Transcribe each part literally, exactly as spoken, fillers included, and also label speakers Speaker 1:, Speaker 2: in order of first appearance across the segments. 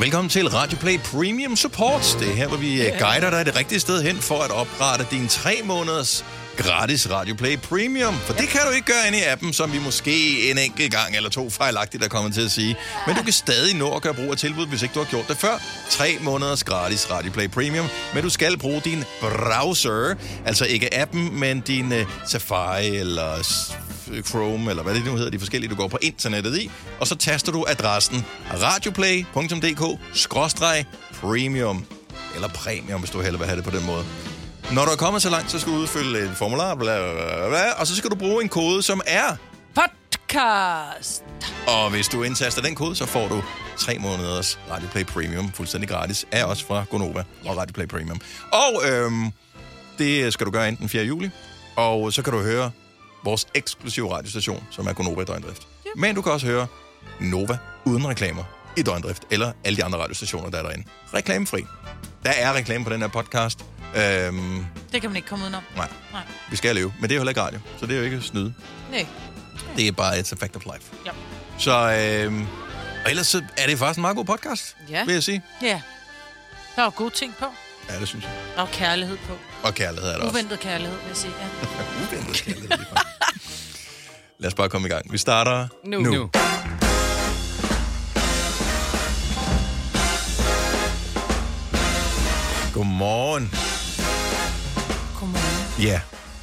Speaker 1: Velkommen til Radio Play Premium Support. Det er her, hvor vi guider dig det rigtige sted hen for at oprette din tre måneders gratis Radio Play Premium. For det kan du ikke gøre inde i appen, som vi måske en enkelt gang eller to fejlagtigt er kommet til at sige. Men du kan stadig nå at gøre brug af tilbud, hvis ikke du har gjort det før. Tre måneders gratis Radio Play Premium. Men du skal bruge din browser. Altså ikke appen, men din uh, Safari eller Chrome, eller hvad det nu hedder, de forskellige, du går på internettet i. Og så taster du adressen radioplay punktum d k skråstreg premium. Eller premium, hvis du hellere vil have det på den måde. Når du er kommet så langt, så skal du udfylde et formular, bla, bla, bla, og så skal du bruge en kode, som er
Speaker 2: podcast.
Speaker 1: Og hvis du indtaster den kode, så får du tre måneders Radio Play Premium, fuldstændig gratis, af os fra Gonova og Radio Play Premium. Og øhm, det skal du gøre enten fjerde juli, og så kan du høre vores eksklusive radiostation, som er Gonova i døgndrift. Yep. Men du kan også høre Nova uden reklamer i døgndrift, eller alle de andre radiostationer, der er derinde. Reklamefri. Der er reklame på den her podcast. Øhm,
Speaker 2: det kan man ikke komme udenom.
Speaker 1: Nej. nej, vi skal leve. Men det er jo heller ikke radio, så det er jo ikke snyde.
Speaker 2: Nej.
Speaker 1: Det er bare et fact of life.
Speaker 2: Ja.
Speaker 1: Så øhm, og ellers så er det faktisk en meget god podcast,
Speaker 2: ja.
Speaker 1: vil jeg sige.
Speaker 2: Ja. Der er gode ting på.
Speaker 1: Ja, det synes jeg.
Speaker 2: Der er kærlighed på.
Speaker 1: Og kærlighed er der
Speaker 2: Uventet
Speaker 1: også.
Speaker 2: kærlighed, vil jeg sige. Ja.
Speaker 1: Uventet kærlighed. Lad os bare komme i gang. Vi starter
Speaker 3: nu.
Speaker 1: nu.
Speaker 3: nu.
Speaker 1: Godmorgen.
Speaker 2: Godmorgen.
Speaker 1: Ja.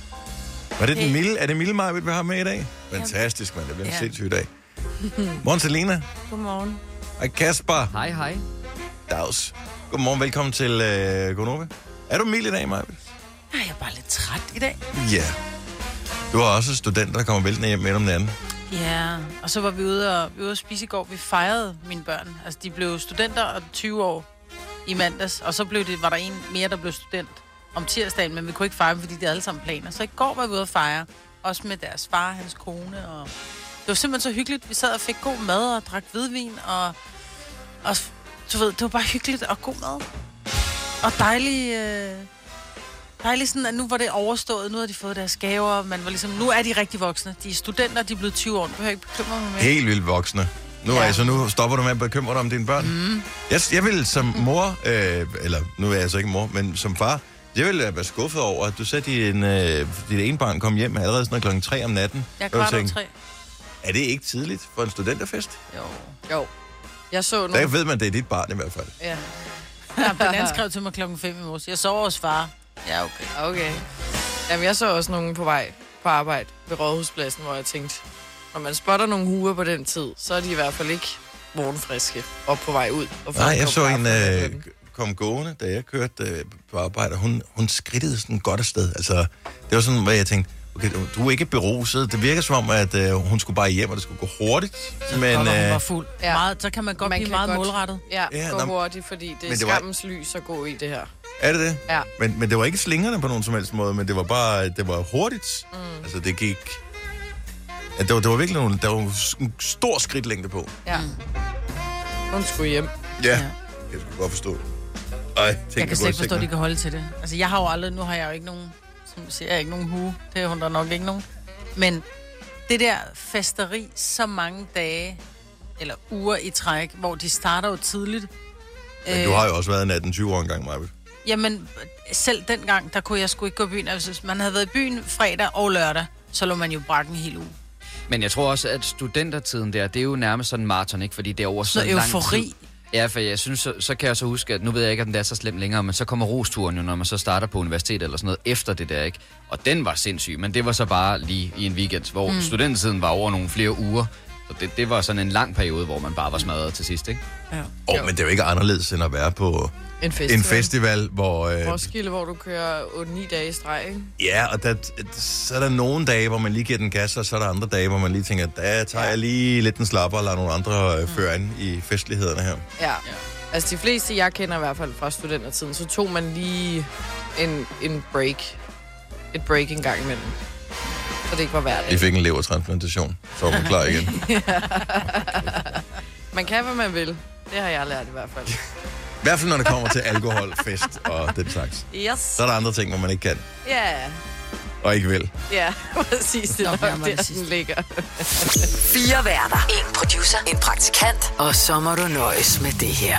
Speaker 1: Var det
Speaker 2: hey.
Speaker 1: den milde, er det milde Maja, vi har med i dag? Fantastisk, mand. Det bliver en
Speaker 2: ja.
Speaker 1: sindssyg dag. Morgen, Selina.
Speaker 2: Godmorgen.
Speaker 1: Hej, Kasper.
Speaker 3: Hej, hej.
Speaker 1: Dags. Godmorgen, velkommen til øh, Gonova. Er du mild i dag, Maja?
Speaker 2: Jeg er bare lidt træt i dag.
Speaker 1: Ja. Du er også student, der kommer væltende hjem midt om natten.
Speaker 2: Ja, og så var vi ude og, vi ude og spise i går. Vi fejrede mine børn. Altså, de blev studenter og tyve år i mandags, og så blev det, var der en mere, der blev student om tirsdagen, men vi kunne ikke fejre dem, fordi de havde alle sammen planer. Så i går var vi ude at fejre, også med deres far, hans kone, og det var simpelthen så hyggeligt. Vi sad og fik god mad og drak hvidvin, og, og du ved, det var bare hyggeligt og god mad. Og dejlig, øh, dejlig sådan, at nu var det overstået, nu har de fået deres gaver, man var ligesom, nu er de rigtig voksne. De er studenter, de er blevet tyve år, du behøver ikke bekymre mig mere.
Speaker 1: Helt vildt voksne. Nu, ja. altså, nu stopper du med at bekymre dig om dine børn.
Speaker 2: Mm.
Speaker 1: Jeg, jeg vil som mor, øh, eller nu er jeg altså ikke mor, men som far, jeg vil være skuffet over, at du sagde, at din, øh, dit ene barn kom hjem allerede sådan klokken tre om natten.
Speaker 2: Jeg er kvart over tre.
Speaker 1: Er det ikke tidligt for en studenterfest?
Speaker 2: Jo.
Speaker 3: Jo. Jeg så nogle...
Speaker 1: Der ved man, det er dit barn i hvert fald.
Speaker 2: Ja. Ja, Bernard skrev til mig klokken fem i morges. Jeg sover hos far. Ja, okay.
Speaker 3: Okay. Jamen, jeg så også nogen på vej på arbejde ved Rådhuspladsen, hvor jeg tænkte, når man spotter nogle huer på den tid, så er de i hvert fald ikke morgenfriske og på vej ud. Og
Speaker 1: Nej, jeg så en øh, kom gående, da jeg kørte øh, på arbejde, og hun, hun skridtede sådan godt afsted. Altså, det var sådan, hvor jeg tænkte, okay, du er ikke beruset. Det virker som om, at øh, hun skulle bare hjem, og det skulle gå hurtigt.
Speaker 2: Så
Speaker 1: men
Speaker 2: hun
Speaker 1: øh,
Speaker 2: var fuld. Ja. Meget, så kan man godt man blive meget godt, målrettet.
Speaker 3: Ja,
Speaker 1: ja
Speaker 3: gå
Speaker 1: nå,
Speaker 3: hurtigt, fordi det er
Speaker 1: det
Speaker 3: skammens
Speaker 1: var...
Speaker 3: lys at gå i det her.
Speaker 1: Er det det?
Speaker 3: Ja.
Speaker 1: Men, men det var ikke slingerne på nogen som helst måde, men det var bare, det var hurtigt. Mm. Altså, det gik... Ja, det, var, det var virkelig nogle, der var en stor skridtlængde på.
Speaker 3: Ja. Hun skulle hjem.
Speaker 1: Ja, ja. Jeg skulle godt forstå. Ej,
Speaker 2: jeg kan slet ikke forstå, at de kan holde til det. Altså, jeg har jo aldrig, nu har jeg jo ikke nogen, som siger jeg ikke nogen hue. Det er hun der nok ikke nogen. Men det der festeri så mange dage, eller uger i træk, hvor de starter jo tidligt.
Speaker 1: Men øh, du har jo også været atten tyve år engang, Maja.
Speaker 2: Jamen, selv dengang, der kunne jeg sgu ikke gå i byen. Altså, hvis man havde været i byen fredag og lørdag, så lå man jo brakken en hel uge.
Speaker 4: Men jeg tror også, at studentertiden der, det er jo nærmest sådan en maraton, ikke? Fordi det er over så, så lang
Speaker 2: eufori.
Speaker 4: Tid. Ja, for jeg synes, så, så kan jeg så huske, at nu ved jeg ikke, om det er så slemt længere, men så kommer rosturen jo, når man så starter på universitet eller sådan noget, efter det der, ikke? Og den var sindssyg, men det var så bare lige i en weekend, hvor mm. studentertiden var over nogle flere uger. Så det, det var sådan en lang periode, hvor man bare var smadret til sidst, ikke?
Speaker 2: Ja.
Speaker 1: Oh, men det er jo ikke anderledes, end at være på
Speaker 3: en festival,
Speaker 1: en festival hvor... Øh,
Speaker 3: Roskilde, hvor du kører otte ni dage i streg, ikke?
Speaker 1: Ja, og der, så er der nogle dage, hvor man lige giver den gas, og så er der andre dage, hvor man lige tænker, der tager jeg lige lidt en slapper og lader nogle andre øh, føre ind i festlighederne her.
Speaker 3: Ja. ja. Altså de fleste, jeg kender i hvert fald fra studentertiden, så tog man lige en, en break. Et break en gang imellem. Så det ikke var værd.
Speaker 1: Vi fik en levertransplantation, så var man klar igen.
Speaker 3: Man kan, hvad man vil. Det har jeg lært i hvert fald.
Speaker 1: I hvert fald, når det kommer til alkohol, fest og den slags.
Speaker 3: Yes.
Speaker 1: Så er der andre ting, hvor man ikke kan.
Speaker 3: Ja. Yeah.
Speaker 1: og ikke vil.
Speaker 3: Ja, præcis. Det er
Speaker 2: Nå,
Speaker 3: nok
Speaker 2: jeg var det
Speaker 3: der,
Speaker 2: sidste.
Speaker 3: den ligger.
Speaker 5: Fire værter. En producer. En praktikant. Og så må du nøjes med det her.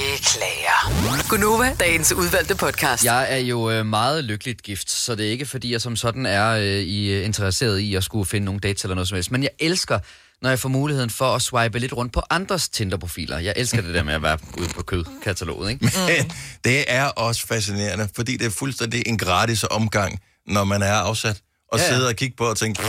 Speaker 5: Beklager. Gunova, dagens udvalgte podcast.
Speaker 4: Jeg er jo øh, meget lykkeligt gift, så det er ikke fordi, jeg som sådan er øh, i, interesseret i at skulle finde nogle dates eller noget som helst. Men jeg elsker, når jeg får muligheden for at swipe lidt rundt på andres Tinder-profiler. Jeg elsker det der med at være ude på kødkataloget, ikke?
Speaker 1: Men det er også fascinerende, fordi det er fuldstændig en gratis omgang, når man er afsat, og
Speaker 4: Ja, ja.
Speaker 1: sidder og kigger på og tænker,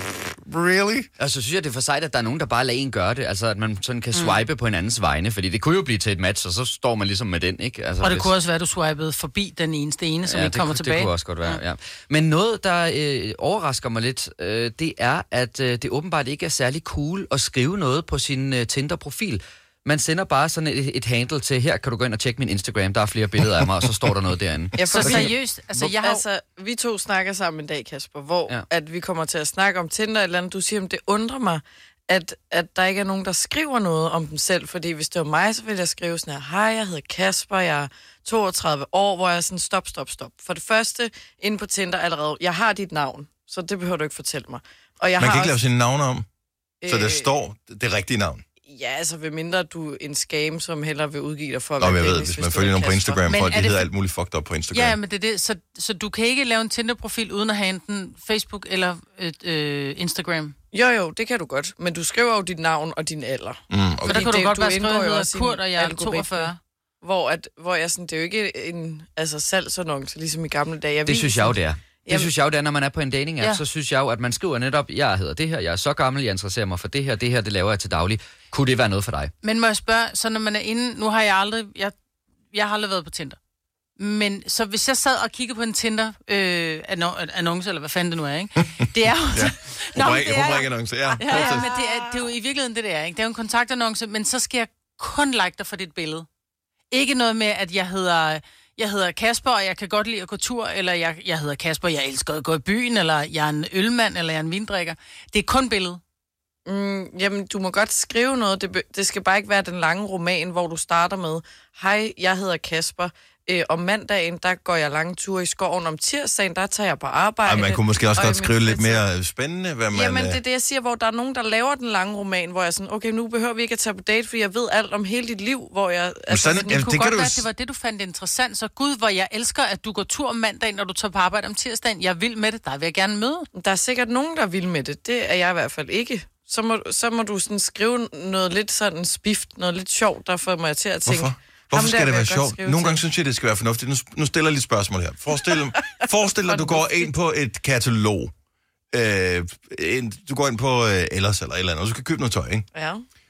Speaker 1: really?
Speaker 4: Og så synes jeg, det er for sejt, at der er nogen, der bare lader en gøre det. Altså, at man sådan kan swipe mm. på hinandens vegne. Fordi det kunne jo blive til et match, og så står man ligesom med den, ikke? Altså,
Speaker 2: Og det
Speaker 4: hvis...
Speaker 2: kunne også være, at du swipede forbi den eneste ene, som
Speaker 4: ja,
Speaker 2: ikke
Speaker 4: det
Speaker 2: kommer
Speaker 4: kunne,
Speaker 2: tilbage.
Speaker 4: det kunne også godt være, ja. Men noget, der øh, overrasker mig lidt, øh, det er, at øh, det åbenbart ikke er særlig cool at skrive noget på sin øh, Tinder-profil. Man sender bare sådan et, et handle til, her kan du gå ind og tjekke min Instagram, der er flere billeder af mig, og så står der noget derinde.
Speaker 3: Ja,
Speaker 2: Så
Speaker 3: for vi,
Speaker 2: seriøst, altså jeg har jo-
Speaker 3: altså, vi to snakker sammen en dag, Kasper, hvor
Speaker 4: Ja.
Speaker 3: ja. at vi kommer til at snakke om Tinder eller andet. Du siger, at det undrer mig, at, at der ikke er nogen, der skriver noget om dem selv. Fordi hvis det var mig, så ville jeg skrive sådan her, hej, jeg hedder Kasper, jeg er toogtredive år, hvor jeg er sådan, stop, stop, stop. For det første, inde på Tinder allerede, jeg har dit navn, så det behøver du ikke fortælle mig. Og jeg
Speaker 1: Man
Speaker 3: har
Speaker 1: kan ikke lave
Speaker 3: også,
Speaker 1: sine navne om, så
Speaker 3: øh,
Speaker 1: der står det rigtige navn.
Speaker 3: Ja, altså ved mindre du er en scam, som hellere vil udgive dig for at
Speaker 1: Nå,
Speaker 3: være
Speaker 1: men jeg ved,
Speaker 3: Dennis,
Speaker 1: hvis
Speaker 3: hvis
Speaker 1: man
Speaker 3: du
Speaker 1: følger
Speaker 3: er
Speaker 1: nogen på
Speaker 3: Kasper.
Speaker 1: Instagram,
Speaker 2: Men
Speaker 1: folk
Speaker 2: er
Speaker 1: de
Speaker 2: det
Speaker 1: hedder
Speaker 2: for-
Speaker 1: alt muligt fucked up på Instagram.
Speaker 2: Ja, men det er det. Så, så du kan ikke lave en Tinder-profil uden at have enten Facebook eller et, øh, Instagram?
Speaker 3: Jo, jo, det kan du godt. Men du skriver jo dit navn og din alder.
Speaker 1: Mm,
Speaker 2: For
Speaker 1: okay.
Speaker 2: der kan du
Speaker 3: det-
Speaker 2: godt
Speaker 3: du
Speaker 2: bare skrive,
Speaker 3: indgår
Speaker 2: at
Speaker 3: jo
Speaker 2: jeg hedder
Speaker 3: også i
Speaker 2: Kurt, og jeg er
Speaker 3: algoritme.
Speaker 2: toogfyrre.
Speaker 3: Hvor, at, hvor jeg sådan, det er jo ikke en altså, salgsannonce, ligesom i gamle dage. Jeg
Speaker 4: Det synes jeg jo, det er. Det
Speaker 3: Jamen-
Speaker 4: synes jeg jo, det er, når man er på en dating app,
Speaker 2: Ja.
Speaker 4: så synes jeg jo, at man skriver netop, jeg hedder det her, jeg er så gammel, jeg interesserer mig for det her, det her, det laver jeg til daglig. Kunne det være noget for dig?
Speaker 2: Men må jeg spørge, så når man er inde, nu har jeg aldrig, jeg, jeg har aldrig været på Tinder. Men så hvis jeg sad og kiggede på en Tinder øh, annon- annonce, eller hvad fanden det nu er, ikke? Det er jo...
Speaker 1: Ja.
Speaker 2: Nå, men
Speaker 1: Rubrik,
Speaker 2: det er-
Speaker 1: rubrikannonce, ja.
Speaker 2: Ja, ja,
Speaker 1: Fortsæt.
Speaker 2: men det er, det er jo i virkeligheden det, det er, ikke? Det er jo en kontaktannonce, men så skal jeg kun like dig for dit billede. Ikke noget med, at jeg hedder, jeg hedder Kasper, og jeg kan godt lide at gå tur, eller jeg, jeg hedder Kasper, jeg elsker at gå i byen, eller jeg er en ølmand, eller jeg er en vindrikker. Det er kun billede.
Speaker 3: Mm, jamen, du må godt skrive noget. Det, be- det skal bare ikke være den lange roman, hvor du starter med, hej, jeg hedder Kasper. Øh, om mandagen, der går jeg lange ture i skoven. Om tirsdagen, der tager jeg på arbejde.
Speaker 1: Ej, man kunne måske også
Speaker 3: Og i
Speaker 1: godt
Speaker 3: min
Speaker 1: skrive lidt
Speaker 3: fritid-
Speaker 1: mere spændende, hvad man...
Speaker 3: Jamen,
Speaker 1: øh,
Speaker 3: det er det, jeg siger, hvor der er nogen, der laver den lange roman, hvor jeg er sådan, okay, nu behøver vi ikke at tage på date, fordi jeg ved alt om hele dit liv, hvor jeg... Altså,
Speaker 1: sådan-
Speaker 3: sådan,
Speaker 1: Ja,
Speaker 2: Det kunne
Speaker 1: det kan
Speaker 2: godt
Speaker 1: du
Speaker 2: være,
Speaker 1: s-
Speaker 2: at det var det, du fandt interessant. Så gud, hvor jeg elsker, at du går tur om mandagen, når du tager på arbejde om tirsdagen. Jeg vil med det. Der vil jeg gerne møde.
Speaker 3: der er sikkert nogen, der vil med det. Det er jeg i hvert fald ikke. Så må, så må du sådan skrive noget lidt sådan spift, noget lidt sjovt, der får mig til at tænke...
Speaker 1: Hvorfor? Hvorfor
Speaker 3: ham
Speaker 1: skal
Speaker 3: der
Speaker 1: det
Speaker 3: vil
Speaker 1: være
Speaker 3: jeg godt
Speaker 1: sjovt?
Speaker 3: skrive
Speaker 1: Nogle
Speaker 3: til.
Speaker 1: gange synes jeg, det skal være fornuftigt. Nu, nu stiller jeg lidt spørgsmål her. Forestil, forestil dig, at du går ind på et katalog. Øh, en, du går ind på øh, Ellers eller et eller andet, og du skal købe noget tøj, ikke?
Speaker 3: Ja.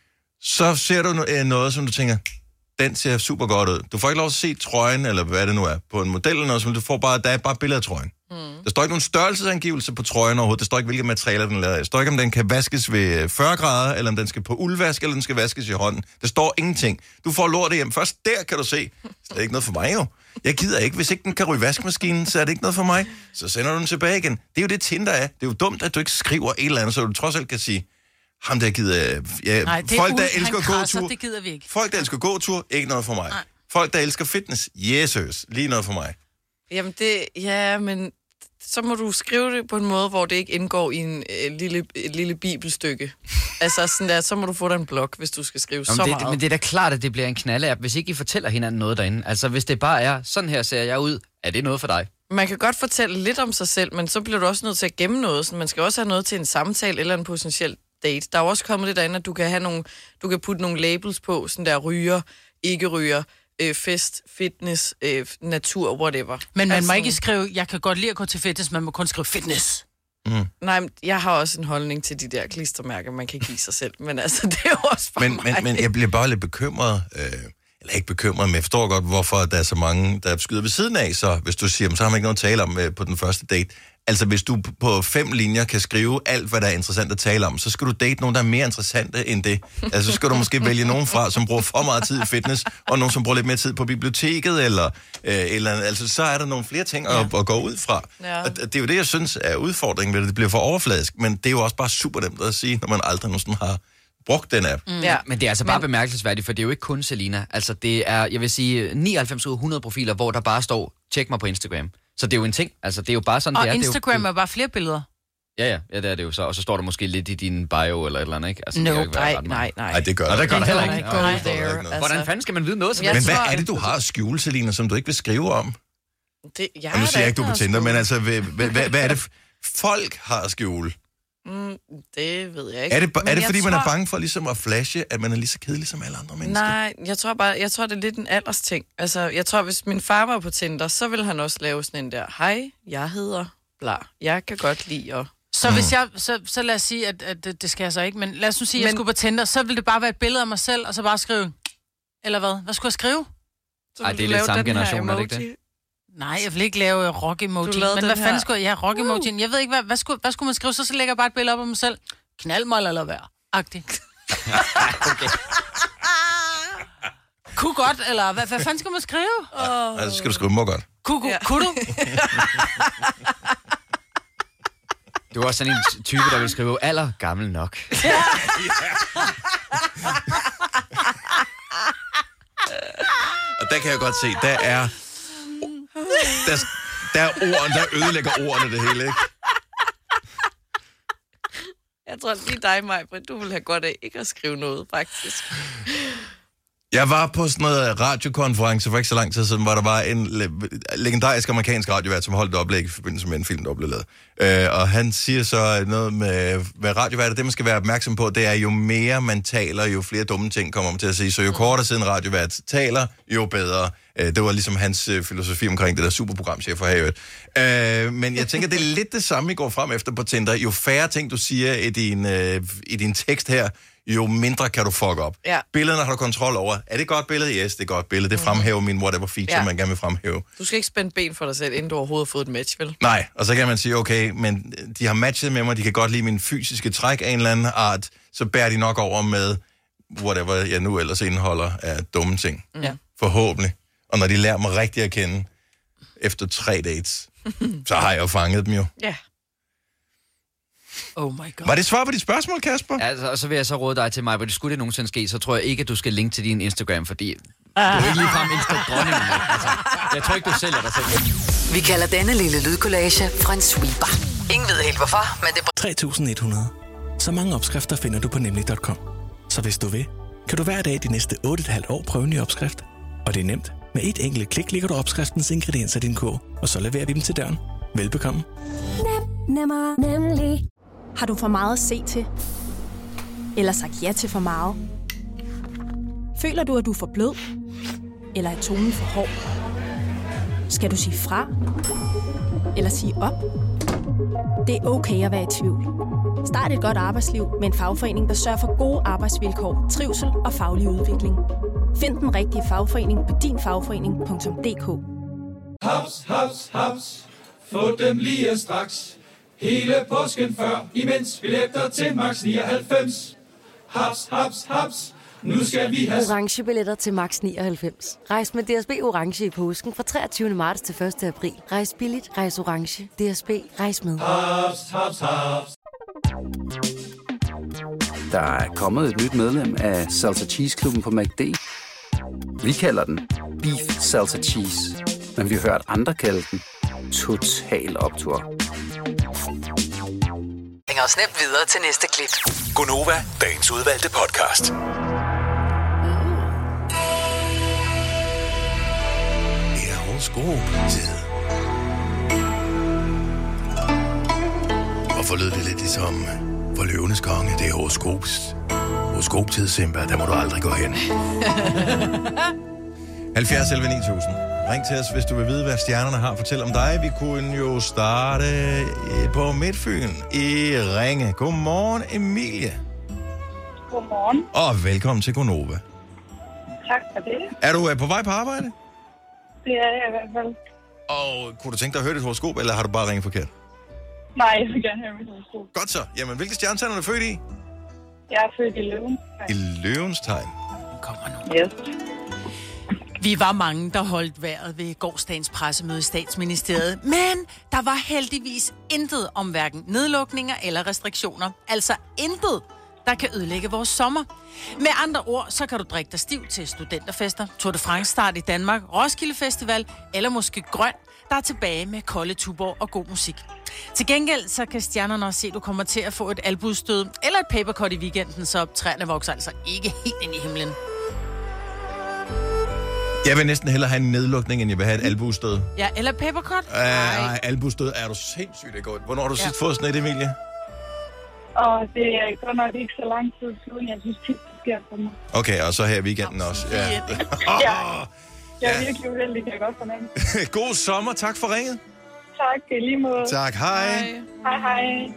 Speaker 1: Så ser du no- øh, noget, som du tænker, den ser super godt ud. Du får ikke lov at se trøjen, eller hvad det nu er, på en model eller noget, som du får bare, der er bare billeder af trøjen. Mm. Der står ikke nogen størrelsesangivelse på trøjen overhovedet. Der står ikke, hvilke materialer den er lavet af. Der står ikke, om den kan vaskes ved fyrre grader, eller om den skal på uldvask, eller den skal vaskes i hånden. Der står ingenting. Du får lortet hjem. Først der kan du se. Det er ikke noget for mig jo. Jeg gider ikke. Hvis ikke den kan ryge i vaskemaskinen, så er det ikke noget for mig. Så sender du den tilbage igen. Det er jo det Tinder er. Det er jo dumt, at du ikke skriver et eller andet, så du trods alt kan sige, ham der gider... Ja,
Speaker 2: Nej, det er
Speaker 1: folk, der
Speaker 2: ud-
Speaker 1: elsker
Speaker 2: han
Speaker 1: at
Speaker 2: krasser,
Speaker 1: gå tur.
Speaker 2: det gider vi ikke.
Speaker 1: Folk, der elsker gåtur, ikke noget for mig.
Speaker 2: Nej.
Speaker 1: Folk, der elsker fitness, Jesus, lige noget for mig.
Speaker 3: Jamen det... Ja, men så må du skrive det på en måde, hvor det ikke indgår i en øh, lille, et lille bibelstykke. Altså sådan der, så må du få dig en blog, hvis du skal skrive
Speaker 4: Jamen,
Speaker 3: så
Speaker 4: det,
Speaker 3: meget.
Speaker 4: men det er da klart, at det bliver en knalde-app, hvis ikke I fortæller hinanden noget derinde. Altså, hvis det bare er, sådan her ser jeg ud, er det noget for dig?
Speaker 3: Man kan godt fortælle lidt om sig selv, men så bliver du også nødt til at gemme noget. Så man skal også have noget til en samtale eller en potentiel date. Der er jo også kommet det derinde, at du kan, have nogle, du kan putte nogle labels på, sådan der ryger, ikke ryger, øh, fest, fitness, øh, natur, whatever.
Speaker 2: Men man
Speaker 3: altså,
Speaker 2: må ikke skrive, jeg kan godt lide at gå til fitness, man må kun skrive fitness.
Speaker 3: Nej, men jeg har også en holdning til de der klistermærker, man kan give sig selv. Men altså, det er jo også for
Speaker 1: Men,
Speaker 3: mig.
Speaker 1: men, men jeg bliver bare lidt bekymret, øh, eller ikke bekymret, men jeg forstår godt, hvorfor der er så mange, der skyder ved siden af, så hvis du siger, så har man ikke noget at tale om øh, på den første date. Altså, hvis du på fem linjer kan skrive alt, hvad der er interessant at tale om, så skal du date nogen, der er mere interessante end det. Altså, så skal du måske vælge nogen fra, som bruger for meget tid i fitness, og nogen, som bruger lidt mere tid på biblioteket, eller, øh, eller altså, så er der nogle flere ting at, at gå ud fra.
Speaker 3: Ja.
Speaker 1: Og det er jo det, jeg synes er udfordringen ved det. Det bliver for overfladisk, men det er jo også bare super nemt at sige, når man aldrig nogensinde har brugt den app. Mm.
Speaker 3: Ja.
Speaker 4: Men det er altså bare men... bemærkelsesværdigt, for det er jo ikke kun Selina. Altså, det er, jeg vil sige, nioghalvfems ud af hundrede profiler, hvor der bare står, tjek mig på Instagram. Så det er jo en ting. Altså, det er jo bare sådan,
Speaker 2: og
Speaker 4: det er.
Speaker 2: Instagram
Speaker 4: det er, jo,
Speaker 2: er bare flere billeder.
Speaker 4: Ja, ja, ja, det er det jo så. Og så står der måske lidt i din bio eller et eller andet, ikke? Altså,
Speaker 3: No,
Speaker 4: det kan jo ikke være
Speaker 3: nej,
Speaker 4: ret
Speaker 3: nej,
Speaker 4: meget.
Speaker 3: nej.
Speaker 1: Nej, det gør
Speaker 4: Og
Speaker 1: det.
Speaker 4: der gør det heller
Speaker 3: ikke.
Speaker 4: ikke.
Speaker 3: Go
Speaker 4: Nej.
Speaker 3: there.
Speaker 1: Hvordan
Speaker 4: Hvordan fanden skal man vide noget som
Speaker 3: Jeg
Speaker 1: Men
Speaker 4: helst?
Speaker 1: hvad
Speaker 3: tror,
Speaker 1: er det, du har at skjule, Selina, som du ikke vil skrive om?
Speaker 3: Det, jeg
Speaker 1: Og nu siger jeg ikke, du er på
Speaker 3: noget
Speaker 1: Tinder,
Speaker 3: skjult.
Speaker 1: men altså, hvad, hvad, hvad, hvad er det, folk har at skjule?
Speaker 3: Mm, det ved jeg ikke.
Speaker 1: Er det,
Speaker 3: Men
Speaker 1: er det
Speaker 3: jeg
Speaker 1: fordi,
Speaker 3: tror...
Speaker 1: man er bange for ligesom at flashe, at man er lige så kedelig som alle andre mennesker?
Speaker 3: Nej, jeg tror bare, jeg tror, det er lidt en alders ting. Altså, jeg tror, hvis min far var på Tinder, så ville han også lave sådan en der, hej, jeg hedder bla, jeg kan godt lide at...
Speaker 2: Så hvis jeg, så, så lad os sige, at, at det, det skal jeg så ikke, men lad os nu sige, at jeg
Speaker 3: Men-
Speaker 2: skulle på Tinder, så ville det bare være et billede af mig selv, og så bare skrive, eller hvad? Hvad skulle jeg skrive?
Speaker 3: Så
Speaker 4: Ej,
Speaker 3: vil
Speaker 4: det er
Speaker 3: du
Speaker 4: lidt
Speaker 3: lave
Speaker 4: samme
Speaker 3: den her
Speaker 4: generation, er det ikke
Speaker 3: emoji.
Speaker 4: det?
Speaker 2: Nej, jeg vil ikke lave rock emoji.
Speaker 3: Du lavede
Speaker 2: Men
Speaker 3: den
Speaker 2: hvad fanden
Speaker 3: her-
Speaker 2: skulle jeg? Ja, rock emoji. Jeg ved ikke, hvad, hvad, skulle, hvad skulle man skrive? Så, så lægger jeg bare et billede op af mig selv. Knald mig eller lad være. Agtig.
Speaker 4: Okay.
Speaker 2: Kunne godt, eller hvad, hvad fanden skulle man skrive?
Speaker 1: Oh. Altså, skal du skrive mig godt.
Speaker 2: Kunne, kunne,
Speaker 3: Ja.
Speaker 2: kunne du?
Speaker 4: Du er også sådan en type, der vil skrive alder gammel nok.
Speaker 1: Og der kan jeg godt se, der er... Der, der er ord, der ødelægger ordene det hele, ikke?
Speaker 3: Jeg tror lige dig, Maj-Brit, du vil have godt af ikke at skrive noget, faktisk.
Speaker 1: Jeg var på sådan noget radiokonference for ikke så lang tid siden, hvor der var en le- legendarisk amerikansk radiovært, som holdt et oplæg i forbindelse med en film, der blev lavet. Øh, og han siger så noget med, hvad radiovært er. Det, man skal være opmærksom på, det er, jo mere man taler, jo flere dumme ting kommer man til at sige. Så jo kortere siden radiovært taler, jo bedre. Øh, det var ligesom hans øh, filosofi omkring det der superprogram, chef for havet. Øh, men jeg tænker, det er lidt det samme, I går frem efter på Tinder. Jo færre ting, du siger i din, øh, i din tekst her, jo mindre kan du fuck op.
Speaker 3: Ja.
Speaker 1: Billederne har du kontrol over. Er det et godt billede? Yes, det er et godt billede. Det fremhæver min whatever feature,
Speaker 3: Ja.
Speaker 1: man gerne vil fremhæve.
Speaker 3: Du skal ikke spænde ben for dig selv, inden du overhovedet har fået et match, vel?
Speaker 1: Nej, og så kan man sige, okay, men de har matchet med mig, de kan godt lide min fysiske træk af en eller anden art, så bærer de nok over med whatever jeg nu ellers indeholder af dumme ting.
Speaker 3: Ja.
Speaker 1: Forhåbentlig. Og når de lærer mig rigtigt at kende, efter tre dates, så har jeg jo fanget dem jo.
Speaker 3: Ja.
Speaker 2: Oh my god.
Speaker 1: Var det svar på dit spørgsmål, Kasper?
Speaker 4: Altså, og så vil jeg så råde dig til mig, hvor det skulle det nogensinde ske, så tror jeg ikke, at du skal linke til din Instagram, fordi du er ikke ligefrem Insta-dronningen. Altså, jeg tror ikke, du sælger dig selv.
Speaker 5: Vi kalder denne lille lydkollage en sweeper. Ingen ved helt hvorfor, men det er
Speaker 6: tre tusind et hundrede. Så mange opskrifter finder du på nemlig punktum com. Så hvis du vil, kan du hver dag de næste otte komma fem år prøve en ny opskrift. Og det er nemt. Med et enkelt klik ligger du opskriftens ingredienser i din kog, og så leverer vi dem til døren. Velbekomme.
Speaker 7: Nem, nemmer, nemlig. Har du for meget at se til? Eller sagt ja til for meget? Føler du, at du er for blød? Eller er tonen for hård? Skal du sige fra? Eller sige op? Det er okay at være i tvivl. Start et godt arbejdsliv med en fagforening, der sørger for gode arbejdsvilkår, trivsel og faglig udvikling. Find den rigtige fagforening på din fagforening punktum d k.
Speaker 8: Haps, haps, haps. Få dem lige straks. Hele påsken før, imens billetter til max nioghalvfems. Haps, haps, haps. Nu skal vi have...
Speaker 9: Orange billetter til max nioghalvfems. Rejs med D S B Orange i påsken fra treogtyvende marts til første april. Rejs billigt, rejs orange. D S B, rejs med.
Speaker 8: Haps, haps, haps.
Speaker 10: Der er kommet et nyt medlem af Salsa Cheese Klubben på McD. Vi kalder den Beef Salsa Cheese, men vi har hørt andre kalde den Total Optur.
Speaker 5: Hænger os nemt videre til næste klip.
Speaker 11: Gonova, dagens udvalgte podcast.
Speaker 1: Det er horoskop-tid. Hvorfor lød det lidt ligesom for løvenes konge? Det er horoskops. Horoskop-tid, Simba. Der må du aldrig gå hen. halvfjerds elleve ni tusind. Ring til os, hvis du vil vide, hvad stjernerne har at fortælle om dig. Vi kunne jo starte på Midtfyn i Ringe. Godmorgen, Emilie.
Speaker 12: Godmorgen.
Speaker 1: Og velkommen til Gonova.
Speaker 12: Tak for det.
Speaker 1: Er du på vej på arbejde?
Speaker 12: Det er jeg i hvert fald.
Speaker 1: Og kunne du tænke dig at høre dit horoskop, eller har du bare ringet forkert?
Speaker 12: Nej, jeg vil gerne høre mit horoskop.
Speaker 1: Godt så. Jamen, hvilke stjernetegn er du født i?
Speaker 12: Jeg er født i løven.
Speaker 1: I løvens tegn.
Speaker 2: Kommer nu.
Speaker 12: Yes.
Speaker 2: Vi var mange, der holdt vejret ved gårsdagens pressemøde i Statsministeriet, men der var heldigvis intet om hverken nedlukninger eller restriktioner. Altså intet. der kan ødelægge vores sommer. Med andre ord, så kan du drikke dig stiv til studenterfester, Tour de France start i Danmark, Roskilde Festival, eller måske Grøn, der er tilbage med kolde tuborg og god musik. Til gengæld, så kan stjernerne også se, at du kommer til at få et albuestød eller et papercut i weekenden, så træerne vokser altså ikke helt ind i himlen.
Speaker 1: Jeg vil næsten hellere have en nedlukning, end jeg vil have et albuestød.
Speaker 2: Ja, eller papercut.
Speaker 1: Nej, albuestød er du sindssygt det godt. Hvornår har du ja. sidst fået sådan et, Emilie?
Speaker 12: Og det er godt nok ikke så lang tid siden. Jeg synes tit, det sker for mig.
Speaker 1: Okay, og så her i weekenden også. Ja.
Speaker 12: ja. Jeg er virkelig uheldig, kan jeg godt fornemme.
Speaker 1: God sommer. Tak for ringet.
Speaker 12: Tak, i lige måde.
Speaker 1: Tak, hej.
Speaker 12: Hej, hej.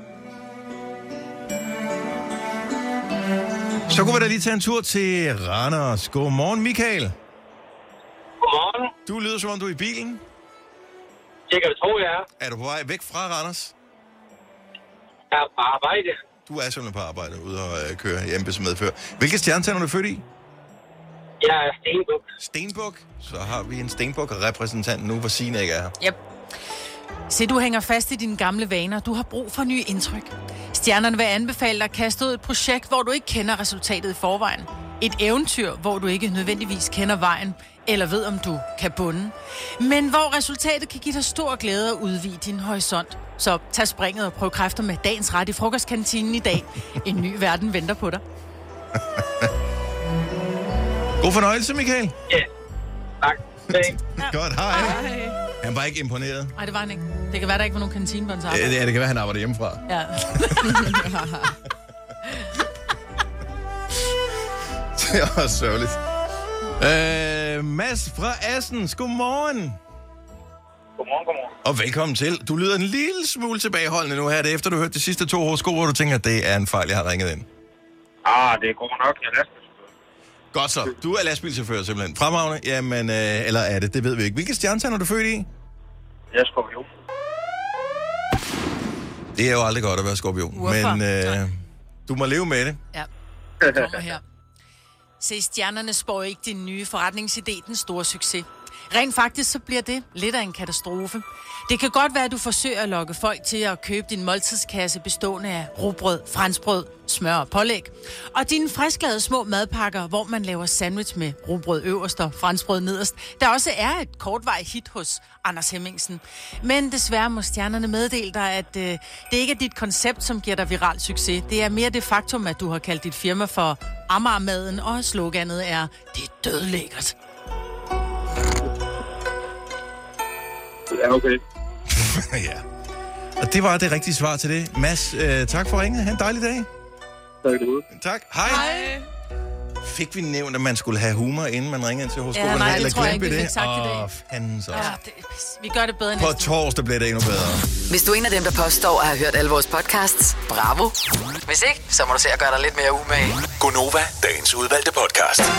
Speaker 1: Så kunne vi da lige tage en tur til Randers. Godmorgen, Michael.
Speaker 13: Godmorgen.
Speaker 1: Du lyder som om du er i bilen.
Speaker 13: Det kan du tro, jeg er.
Speaker 1: Er du på vej væk fra Randers?
Speaker 13: Jeg er på arbejde.
Speaker 1: Du er simpelthen på arbejde, ude og øh, køre i embedsmedfør. Hvilke stjernetegn er du født i?
Speaker 13: Jeg er Stenbuk.
Speaker 1: Stenbuk? Så har vi en Stenbuk-repræsentant nu, hvor Signe ikke er her.
Speaker 2: Yep. Se, du hænger fast i dine gamle vaner. Du har brug for nye indtryk. Stjernerne vil anbefale dig at kaste ud et projekt, hvor du ikke kender resultatet i forvejen. Et eventyr, hvor du ikke nødvendigvis kender vejen, eller ved, om du kan bunde. Men hvor resultatet kan give dig stor glæde og udvide din horisont. Så tag springet og prøv kræfter med dagens ret i frokostkantinen i dag. En ny verden venter på dig.
Speaker 1: God fornøjelse, Michael.
Speaker 13: Ja, yeah. Tak.
Speaker 1: Godt, hej. hej. Han var ikke imponeret.
Speaker 2: Nej, det var han ikke. Det kan være, der ikke var nogen kantine på hans arbejde.
Speaker 1: Ja, det kan være, han arbejder hjemmefra.
Speaker 2: Ja.
Speaker 1: Det er også sørgeligt. Øh, Mads fra Assens, godmorgen.
Speaker 13: Godmorgen, godmorgen.
Speaker 1: Og velkommen til. Du lyder en lille smule tilbageholdende nu her, det efter du har hørt de sidste to horoskoper, hvor du tænker, at det er en fejl, jeg har ringet ind.
Speaker 13: Ah, det går nok, jeg er lastbilchauffør.
Speaker 1: Godt så. Du er lastbilchauffør simpelthen. Fremragende? Jamen, øh, eller er det? Det ved vi ikke. Hvilke stjernetegn er du født i?
Speaker 13: Jeg er skorpion.
Speaker 1: Det er jo aldrig godt at være skorpion.
Speaker 2: Hvorfor?
Speaker 1: Men øh, du må leve med det.
Speaker 2: Ja, det kommer her. Se, stjernerne spår ikke din nye forretningsidé den store succes. Rent faktisk så bliver det lidt af en katastrofe. Det kan godt være, at du forsøger at lokke folk til at købe din måltidskasse bestående af rugbrød, franskbrød, smør og pålæg. Og dine frisklavede små madpakker, hvor man laver sandwich med rugbrød øverst og franskbrød nederst, der også er et kortvarigt hit hos Anders Hemmingsen. Men desværre må stjernerne meddele dig, at øh, det ikke er dit koncept, som giver dig viral succes. Det er mere det faktum, at du har kaldt dit firma for Amagermaden, og sloganet er, det er dødlækkert.
Speaker 13: Ja, okay.
Speaker 1: Ja. Og det var det rigtige svar til det. Mads, øh, tak for ringet. Ha' en dejlig dag.
Speaker 13: Tak, du.
Speaker 1: Tak. Hej.
Speaker 2: Hej.
Speaker 1: Fik vi nævnt, at man skulle have humor, inden man ringer ind til horoskoperne?
Speaker 2: Ja, nej, det
Speaker 1: eller
Speaker 2: tror jeg
Speaker 1: glemte
Speaker 2: ikke, vi fik
Speaker 1: det?
Speaker 2: sagt i dag.
Speaker 1: Åh, fanden så.
Speaker 2: Ja, det, vi gør det bedre
Speaker 1: På
Speaker 2: næsten.
Speaker 1: torsdag bliver det endnu bedre.
Speaker 5: Hvis du er en af dem, der påstår at have hørt alle vores podcasts, bravo. Hvis ikke, så må du se at gøre dig lidt mere umage.
Speaker 11: Gonova, dagens udvalgte podcast.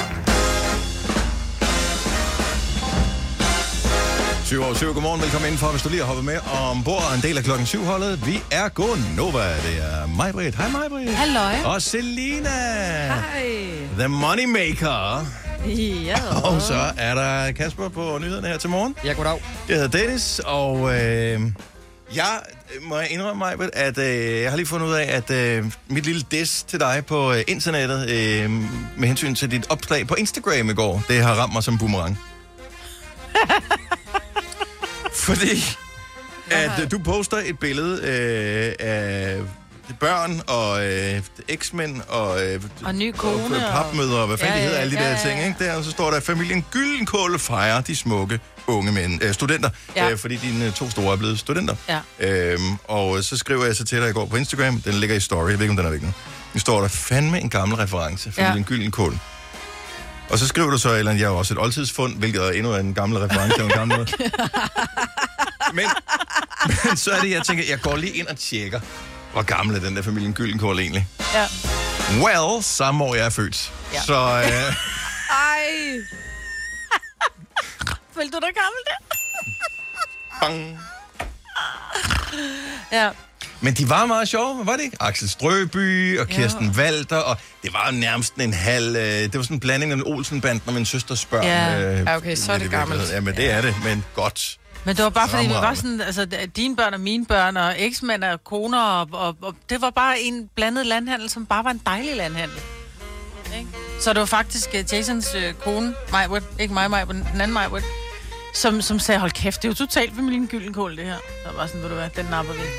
Speaker 1: syv år syv, godmorgen. Velkommen indenfor, hvis du lige har hoppet med ombord en del af klokken syv holdet. Vi er Gonova. Det er mig, Britt. Hej, mig, Britt.
Speaker 2: Halløj.
Speaker 1: Og Selina.
Speaker 3: Hej.
Speaker 1: The Moneymaker.
Speaker 3: Ja.
Speaker 1: Og så er der Kasper på nyhederne her til morgen.
Speaker 4: Ja, goddag.
Speaker 1: Jeg hedder Dennis, og øh, jeg må indrømme mig, at øh, jeg har lige fundet ud af, at øh, mit lille diss til dig på øh, internettet, øh, med hensyn til dit opslag på Instagram i går, det har ramt mig som boomerang. Fordi at øh, du poster et billede øh, af børn og øh, eksmænd og, øh,
Speaker 2: Og ny kone
Speaker 1: og papmødre og hvad fanden
Speaker 2: Ja,
Speaker 1: de hedder,
Speaker 2: ja,
Speaker 1: alle de
Speaker 2: ja,
Speaker 1: der
Speaker 2: ja,
Speaker 1: ting,
Speaker 2: ja.
Speaker 1: ikke? Der, og så står der, at familien Gyldenkål fejrer de smukke unge mænd, øh, studenter,
Speaker 2: Ja.
Speaker 1: øh, fordi dine øh, to store er blevet studenter.
Speaker 2: Ja.
Speaker 1: Øhm, og så skriver jeg så til dig i går på Instagram, den ligger i story, jeg ved ikke, om den er væk nu. Nu står der fandme en gammel reference, familien ja. Gyldenkål. Og så skriver du så, eller jeg er jo også et oldtidsfund, hvilket er endnu en gammel reference. en gammel men, men så er det, jeg tænker, jeg går lige ind og tjekker, hvor gammel er den der familien Gyldenkål egentlig.
Speaker 2: Ja.
Speaker 1: Well, samme år jeg er født.
Speaker 2: Ja.
Speaker 1: Så, øh,
Speaker 3: Ej.
Speaker 2: Følte du dig gammel der?
Speaker 1: bang.
Speaker 2: Ja.
Speaker 1: Men de var meget sjove, var det ikke? Axel Strøby og Kirsten ja. Walter, og det var jo nærmest en halv... Øh, det var sådan en blanding af en Olsen-banden og min søsters børn.
Speaker 3: Ja,
Speaker 1: øh,
Speaker 3: ja okay, så er det gammelt.
Speaker 1: Ja, men det er det, men godt.
Speaker 2: Men det var bare, fordi det var
Speaker 1: Fremragende.
Speaker 2: sådan, altså, dine børn og mine børn, og eksmænd og koner, og, og, og det var bare en blandet landhandel, som bare var en dejlig landhandel. Ikke? Så det var faktisk uh, Jasons uh, kone, Majwood, ikke mig, Majwood, den anden Majwood, som, som sagde, hold kæft, det er jo totalt familien Gyldenkål, det her. Så var sådan, ved du hvad, den napper vi.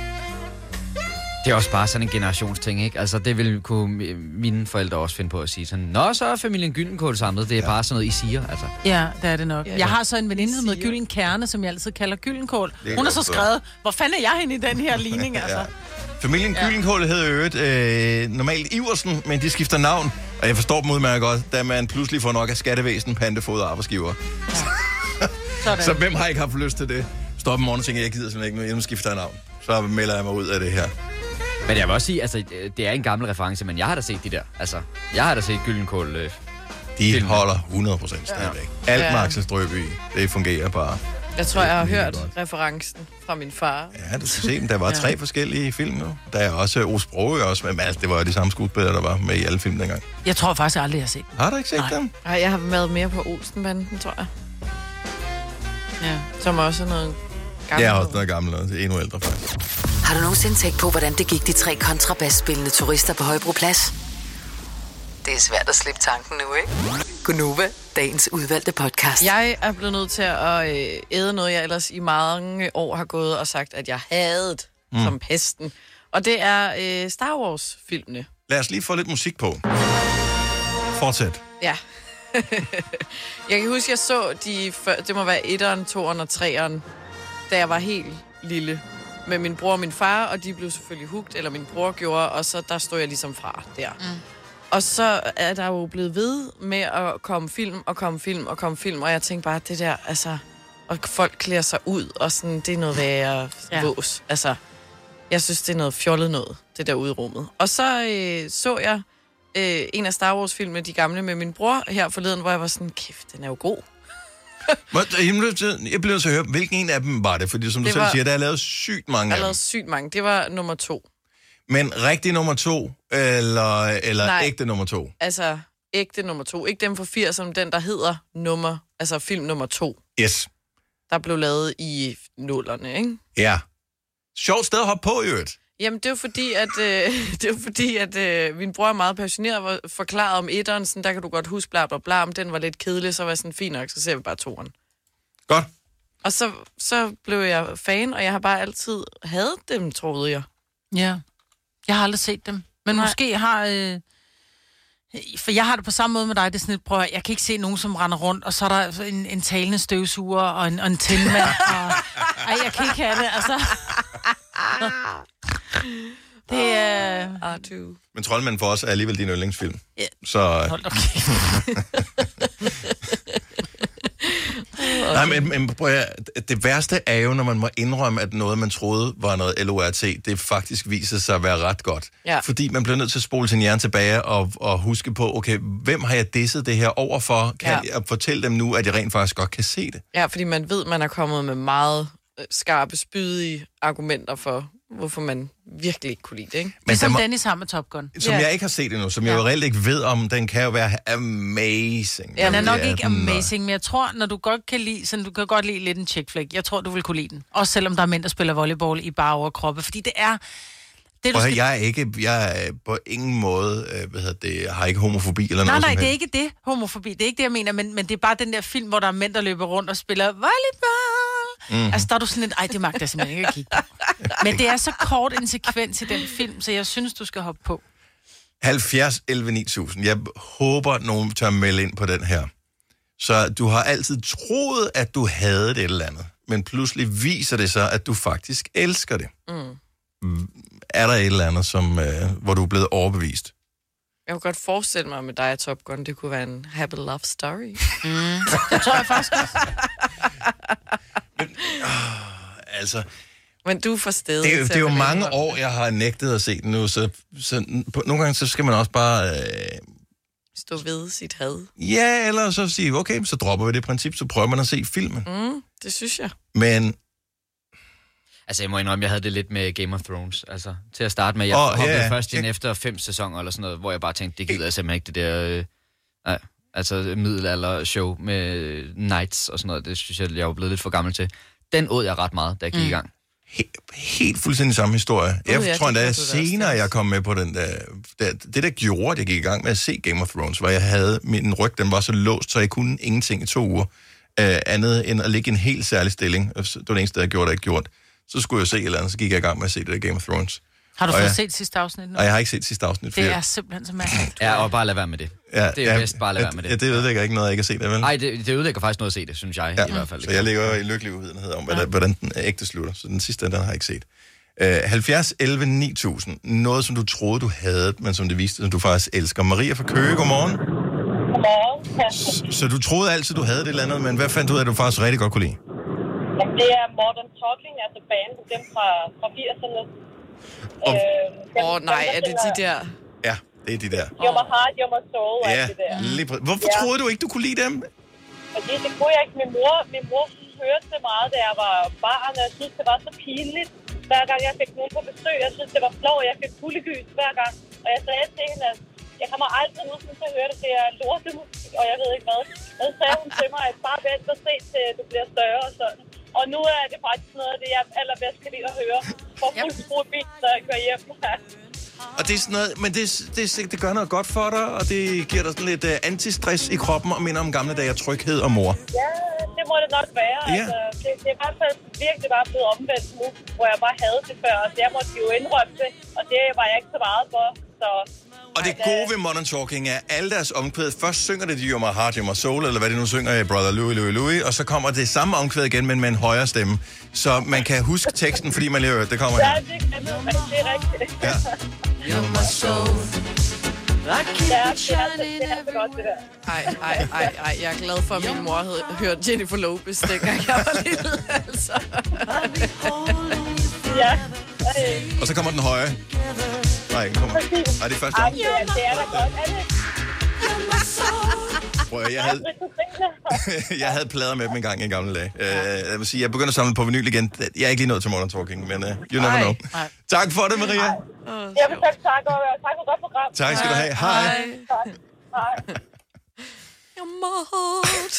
Speaker 4: Det er også bare sådan en generationsting, ikke? Altså, det ville kunne mine forældre også finde på at sige sådan, nå, så er familien Gyldenkål samlet. Det er ja. bare sådan noget, I siger, altså.
Speaker 2: Ja, det er det nok.
Speaker 3: Ja,
Speaker 2: jeg har så en veninde, som hedder Gylden Kerne, som jeg altid kalder Gyldenkål. Hun har så
Speaker 1: godt
Speaker 2: skrevet, hvor fanden er jeg henne i den her ligning, altså?
Speaker 1: Ja. Familien
Speaker 2: Ja.
Speaker 1: Gyldenkål hedder øvrigt øh, normalt Iversen, men de skifter navn. Og jeg forstår dem udmærket godt, da man pludselig får nok af skattevæsen, pantefod og arbejdsgiver.
Speaker 2: Sådan.
Speaker 1: Så hvem har ikke haft lyst til det? Stå op i morgen og tænker, jeg gider simpelthen ikke mere, jeg skifter jeg navn. Så melder jeg mig ud af det her.
Speaker 4: Men jeg vil også sige, altså, det er en gammel reference, men jeg har da set de der. Altså, jeg har da set Gyldenkål. Øh,
Speaker 1: De
Speaker 4: filmen.
Speaker 1: holder hundrede procent stadigvæk. Ja. Alt
Speaker 3: Ja.
Speaker 1: med Axel Strøby, det fungerer bare.
Speaker 3: Jeg tror, jeg har
Speaker 1: mega
Speaker 3: hørt
Speaker 1: godt.
Speaker 3: referencen fra min far.
Speaker 1: Ja, du skal se dem. Der var tre forskellige film nu. Der er også Ose Broge også, men altså, det var de samme skuespillere, der var med i alle film dengang.
Speaker 2: Jeg tror faktisk aldrig, jeg har set den.
Speaker 1: Har du ikke set
Speaker 2: Nej.
Speaker 1: dem?
Speaker 3: Nej, jeg har været mere på Olsenbanden, tror jeg.
Speaker 2: Ja.
Speaker 3: Som også er noget gammelt.
Speaker 1: Jeg er også noget gammel, og endnu ældre faktisk.
Speaker 5: Har du nogensinde tænkt på, hvordan det gik de tre kontrabasspillende turister på Højbroplads? Det er svært at slippe tanken nu, ikke? Gunova, dagens udvalgte podcast.
Speaker 3: Jeg er blevet nødt til at øh, æde noget, jeg ellers i mange år har gået og sagt, at jeg havde mm. som pesten. Og det er øh, Star Wars-filmene.
Speaker 1: Lad os lige få lidt musik på. Fortsæt.
Speaker 3: Ja. Jeg kan huske, jeg så de, før, det må være etteren, toeren og treeren, da jeg var helt lille. Med min bror og min far, og de blev selvfølgelig hugt, eller min bror gjorde, og så der stod jeg ligesom fra der. Mm. Og så er der jo blevet ved med at komme film, og komme film, og komme film, og jeg tænkte bare, det der, altså, og folk klæder sig ud, og sådan, det er noget værre
Speaker 2: Ja.
Speaker 3: vås. Altså, jeg synes, det er noget fjollet noget, det der ude i rummet. Og så øh, så jeg øh, en af Star Wars-filmene, de gamle, med min bror her forleden, hvor jeg var sådan, kæft, den er jo god.
Speaker 1: Jeg bliver nødt til at høre, hvilken en af dem var det? Fordi som du
Speaker 3: Det
Speaker 1: selv
Speaker 3: var-
Speaker 1: siger, der er lavet sygt mange
Speaker 3: Jeg
Speaker 1: af
Speaker 3: har
Speaker 1: dem.
Speaker 3: lavet sygt mange. Det var nummer to.
Speaker 1: Men rigtig nummer to, eller, eller
Speaker 3: Nej.
Speaker 1: ægte nummer to?
Speaker 3: Altså, ægte nummer to. Ikke dem fra firserne, den der hedder nummer, altså film nummer to,
Speaker 1: Yes.
Speaker 3: der blev lavet i nullerne, ikke?
Speaker 1: Ja. Sjovt sted at hoppe på, i øvrigt.
Speaker 3: Jamen, det er jo fordi, at, øh, det er jo fordi, at øh, min bror er meget passioneret og forklaret om etteren, sådan, der kan du godt huske bla bla bla, om den var lidt kedelig, så var jeg sådan, fint nok, så ser vi bare toeren.
Speaker 1: Godt.
Speaker 3: Og så, så blev jeg fan, og jeg har bare altid hadet dem, troede jeg.
Speaker 2: Ja. Jeg har aldrig set dem. Men
Speaker 3: Nej.
Speaker 2: måske har... Øh, for jeg har det på samme måde med dig. Det er sådan et, prøv at, jeg kan ikke se nogen, som render rundt, og så er der en, en talende støvsuger og en, og en tindmand. Og, ej, jeg kan ikke have det, altså. Det er...
Speaker 3: R to.
Speaker 1: Men Troldmanden for os er alligevel din yndlingsfilm.
Speaker 2: Ja.
Speaker 1: Så...
Speaker 2: Hold da kæft.
Speaker 1: Nej, men, men prøv at, høre, det værste er jo, når man må indrømme, at noget, man troede var noget L O R T, det faktisk viser sig at være ret godt.
Speaker 3: Ja.
Speaker 1: Fordi man bliver nødt til at spole sin hjerne tilbage og, og huske på, okay, hvem har jeg disset det her overfor? Kan
Speaker 3: Ja.
Speaker 1: jeg fortælle dem nu, at jeg rent faktisk godt kan se det?
Speaker 3: Ja, fordi man ved, man er kommet med meget øh, skarpe, spydige argumenter for, hvorfor man virkelig ikke kunne lide det, ikke?
Speaker 1: Men
Speaker 2: Ligesom
Speaker 1: der må-
Speaker 2: Dennis har med Top Gun.
Speaker 1: Som
Speaker 3: Ja.
Speaker 1: jeg ikke har set endnu, som jeg
Speaker 2: Ja.
Speaker 1: jo reelt ikke ved om, den kan jo være amazing.
Speaker 2: Den er nok
Speaker 1: Det
Speaker 2: ikke
Speaker 1: sådan,
Speaker 2: amazing, men jeg tror, når du godt kan lide, sådan, du kan godt lide lidt en chick flick, jeg tror, du vil kunne lide den. Også selvom der er mænd, der spiller volleyball i bare overkroppe, fordi det er... Det,
Speaker 1: Prøv
Speaker 2: du
Speaker 1: at
Speaker 2: skal...
Speaker 1: høre, jeg er ikke, jeg er på ingen måde, øh, hvad hedder det, jeg har ikke homofobi eller
Speaker 2: Nej,
Speaker 1: noget
Speaker 2: nej,
Speaker 1: som
Speaker 2: det er
Speaker 1: helst.
Speaker 2: ikke det, homofobi. Det er ikke det, jeg mener, men, men det er bare den der film, hvor der er mænd, der løber rundt og spiller volleyball.
Speaker 1: Mhm.
Speaker 2: Altså, der er du sådan lidt, ej, det magter jeg simpelthen ikke at kigge på. Men det er så kort en sekvens i den film, så jeg synes, du skal hoppe på.
Speaker 1: halvfjerds elleve ni tusind. Jeg håber, nogen tør melde ind på den her. Så du har altid troet, at du havde det et eller andet, men pludselig viser det sig, at du faktisk elsker det.
Speaker 3: Mm.
Speaker 1: Er der et eller andet, som, øh, hvor du er blevet overbevist?
Speaker 3: Jeg kunne godt forestille mig med dig og Top Gun, det kunne være en happy love story.
Speaker 2: Mm. Det tror jeg faktisk også.
Speaker 1: Altså,
Speaker 3: Men du er for stedet.
Speaker 1: det er, jo-
Speaker 3: til
Speaker 1: det er jo
Speaker 3: at
Speaker 1: mange
Speaker 3: indrømme
Speaker 1: år, jeg har nægtet at se den nu, så, så på, nogle gange så skal man også bare... Øh,
Speaker 3: Stå ved sit had.
Speaker 1: ja, eller så sige, okay, så dropper vi det princip, så prøver man at se filmen.
Speaker 3: Mm, det synes jeg.
Speaker 1: Men
Speaker 4: Altså, jeg må indrømme, jeg havde det lidt med Game of Thrones. Altså, til at starte med, jeg
Speaker 1: Åh,
Speaker 4: oh, hoppede
Speaker 1: ja,
Speaker 4: yeah, først ind
Speaker 1: jeg-
Speaker 4: efter fem sæsoner eller sådan noget, hvor jeg bare tænkte, det gider jeg simpelthen ikke, det der... Øh, nej, altså middelalder show med knights og sådan noget. Det synes jeg, jeg var blevet lidt for gammel til. den åd jeg ret meget, da jeg gik mm. i gang.
Speaker 1: Helt, helt fuldstændig samme historie.
Speaker 3: Uh,
Speaker 1: jeg
Speaker 3: ja,
Speaker 1: tror endda,
Speaker 3: det
Speaker 1: senere jeg kom med på den der, der... Det, der gjorde, at jeg gik i gang med at se Game of Thrones, var, jeg havde... Min ryg, den var så låst, så jeg kunne ingenting i to uger. Uh, andet end at ligge i en helt særlig stilling. Det var det eneste, jeg gjorde, der ikke gjort. Så skulle jeg se et eller andet, så gik jeg i gang med at se det der Game of Thrones.
Speaker 2: Har du
Speaker 1: og
Speaker 2: fået
Speaker 1: jeg,
Speaker 2: set sidste afsnit nu?
Speaker 1: Og jeg har ikke set sidste afsnit.
Speaker 2: Det er simpelthen så mærkeligt.
Speaker 4: Ja, og bare lad være med det.
Speaker 1: Ja,
Speaker 4: det er
Speaker 1: ja,
Speaker 4: bedst bare lad være med det.
Speaker 1: Ja, det ødelægger ikke noget, jeg ikke har set det, vel?
Speaker 4: Nej, det, det ødelægger faktisk noget at se det, synes jeg, ja. i hvert fald.
Speaker 1: Så jeg ligger i lykkelig uvidenhed om, hvordan, ja. hvordan den ægte slutter. Så den sidste, den har jeg ikke set. Uh, halvfjerds elleve ni tusind. Noget, som du troede, du havde, men som det viste, som du faktisk elsker. Maria fra Køge, godmorgen.
Speaker 14: Godmorgen.
Speaker 1: Så, så du troede altid, du havde det eller andet, men hvad fandt du ud af, at du faktisk rigtig godt kunne lide?
Speaker 14: Jamen, det er Modern Talking, altså bandet, dem fra, fra firserne.
Speaker 3: Åh øh, oh, nej, er det de der?
Speaker 1: Ja, det er de der.
Speaker 14: You're my heart, you're my soul,
Speaker 1: ja,
Speaker 14: det der.
Speaker 1: Lige præ- Hvorfor ja. troede du ikke, du kunne lide dem?
Speaker 14: Fordi det kunne jeg ikke. Min mor, min mor hørte det meget, da jeg var barn, og jeg synes, det var så pinligt. Hver gang jeg fik nogen på besøg, jeg synes, det var flot, og jeg fik kuldegys hver gang. Og jeg sagde til hende, at jeg kommer aldrig nogensinde til at høre det, det er lortemusik, og jeg ved ikke hvad. Og så sagde hun til mig, at bare vent og se til, du bliver større og sådan. Og nu er det faktisk noget af det, jeg allerbedst kan lide at høre. For fuld skruet bil, så jeg kører hjem.
Speaker 1: Og det er sådan noget, men det, det, det gør noget godt for dig, og det giver dig sådan lidt uh, antistress i kroppen, og minder om gamle dage af tryghed og mor.
Speaker 14: Ja, det må det nok være. Ja. Altså, det, det er i hvert fald virkelig bare blevet omvendt nu, hvor jeg bare havde det før, og jeg måtte jo indrømme det, og det var jeg ikke så meget for. Så,
Speaker 1: og det gode ved Modern Talking er, alle deres omkvæd, først synger det You're my heart, you're my soul, eller hvad det nu synger i Brother Louie, Louie, Louie, og så kommer det samme omkvæd igen, men med en højere stemme. Så man kan huske teksten, fordi man lige har hørt, det kommer her.
Speaker 14: Ja, det kan man, det er rigtigt.
Speaker 1: Ja.
Speaker 3: You're my soul.
Speaker 14: Ja, det er, det er så godt, det der.
Speaker 3: Ej, ej, ej, ej, jeg er glad for, at min mor havde hørt Jennifer Lopez, dengang jeg var lille, altså.
Speaker 14: Ja.
Speaker 1: Og så kommer den høje. Nej, den kommer. Nej, det er første.
Speaker 14: Ej, det er, det er da godt, er det?
Speaker 1: Prøv at, jeg havde, jeg havde plader med dem en gang i gamle dage. Uh, jeg vil sige, jeg begynder at samle på vinyl igen. Jeg er ikke lige nået til Modern Talking, men uh, you never know.
Speaker 2: Ej.
Speaker 1: Tak for det, Maria.
Speaker 14: Jeg vil tak, tak, og tak for godt program.
Speaker 1: Tak skal du have. Hej.
Speaker 14: Tak. Hej.
Speaker 3: You're my heart.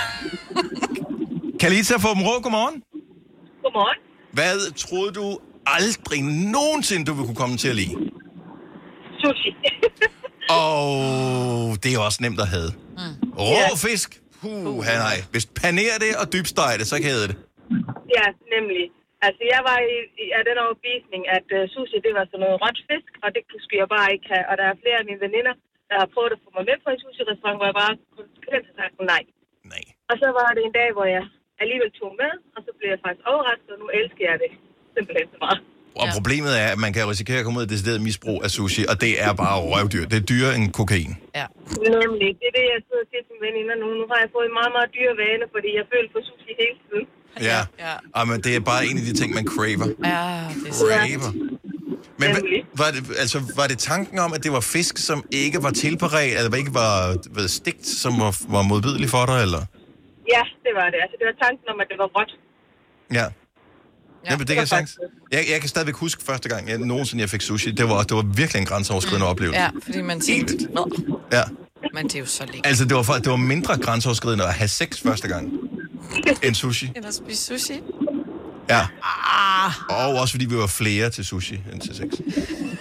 Speaker 1: Kalita fra Åben Rå, godmorgen.
Speaker 14: Godmorgen.
Speaker 1: Hvad troede du aldrig nogensinde, du ville kunne komme til at lide?
Speaker 14: Sushi.
Speaker 1: Og det er også nemt at have. Mm. Rå fisk? Puh, nej. Hvis panerer det og dybsteger det, så kan jeg det.
Speaker 14: Ja, nemlig. Altså, jeg var i, i af den overbevisning, at uh, sushi, det var sådan noget råt fisk, og det skulle jeg bare ikke have. Og der er flere af mine veninder, der har prøvet at få mig med på en sushi-restaurant, hvor jeg bare konsekvent har sagt nej.
Speaker 1: Nej.
Speaker 14: Og så var det en dag, hvor jeg alligevel tog med, og så blev jeg faktisk overrasket, og nu elsker jeg det simpelthen så meget.
Speaker 1: Og ja. Problemet er, at man kan risikere at komme ud af decideret misbrug af sushi, og det er bare røvdyr. Det er dyrere end kokain.
Speaker 3: Ja.
Speaker 14: Nemlig. Det er det, jeg sidder og siger til mine veninder nu. Nu har jeg fået en meget, meget dyre vane, fordi jeg føler på sushi hele tiden.
Speaker 1: Ja. ja. Og, men det er bare en af de ting, man craver.
Speaker 3: Ja, det er så.
Speaker 1: Craver. Men var det, altså, var det tanken om, at det var fisk, som ikke var tilberedt, eller ikke var ved, stegt, som var, var modbydelig for dig, eller?
Speaker 14: Ja, det var det. Altså, det var tanken om, at det var råt.
Speaker 1: Ja. Ja, ja, det kan jeg sagtens. Jeg, jeg kan stadigvæk huske første gang, jeg, nogensinde jeg fik sushi. Det var, det var virkelig en grænseoverskridende oplevelse.
Speaker 3: Ja, fordi man tænkte...
Speaker 1: Ja.
Speaker 3: Men det er jo så lækkert.
Speaker 1: Altså, det var, det var mindre grænseoverskridende at have sex første gang end sushi.
Speaker 3: End at spise sushi.
Speaker 1: Ja. Og også fordi vi var flere til sushi end til sex. Det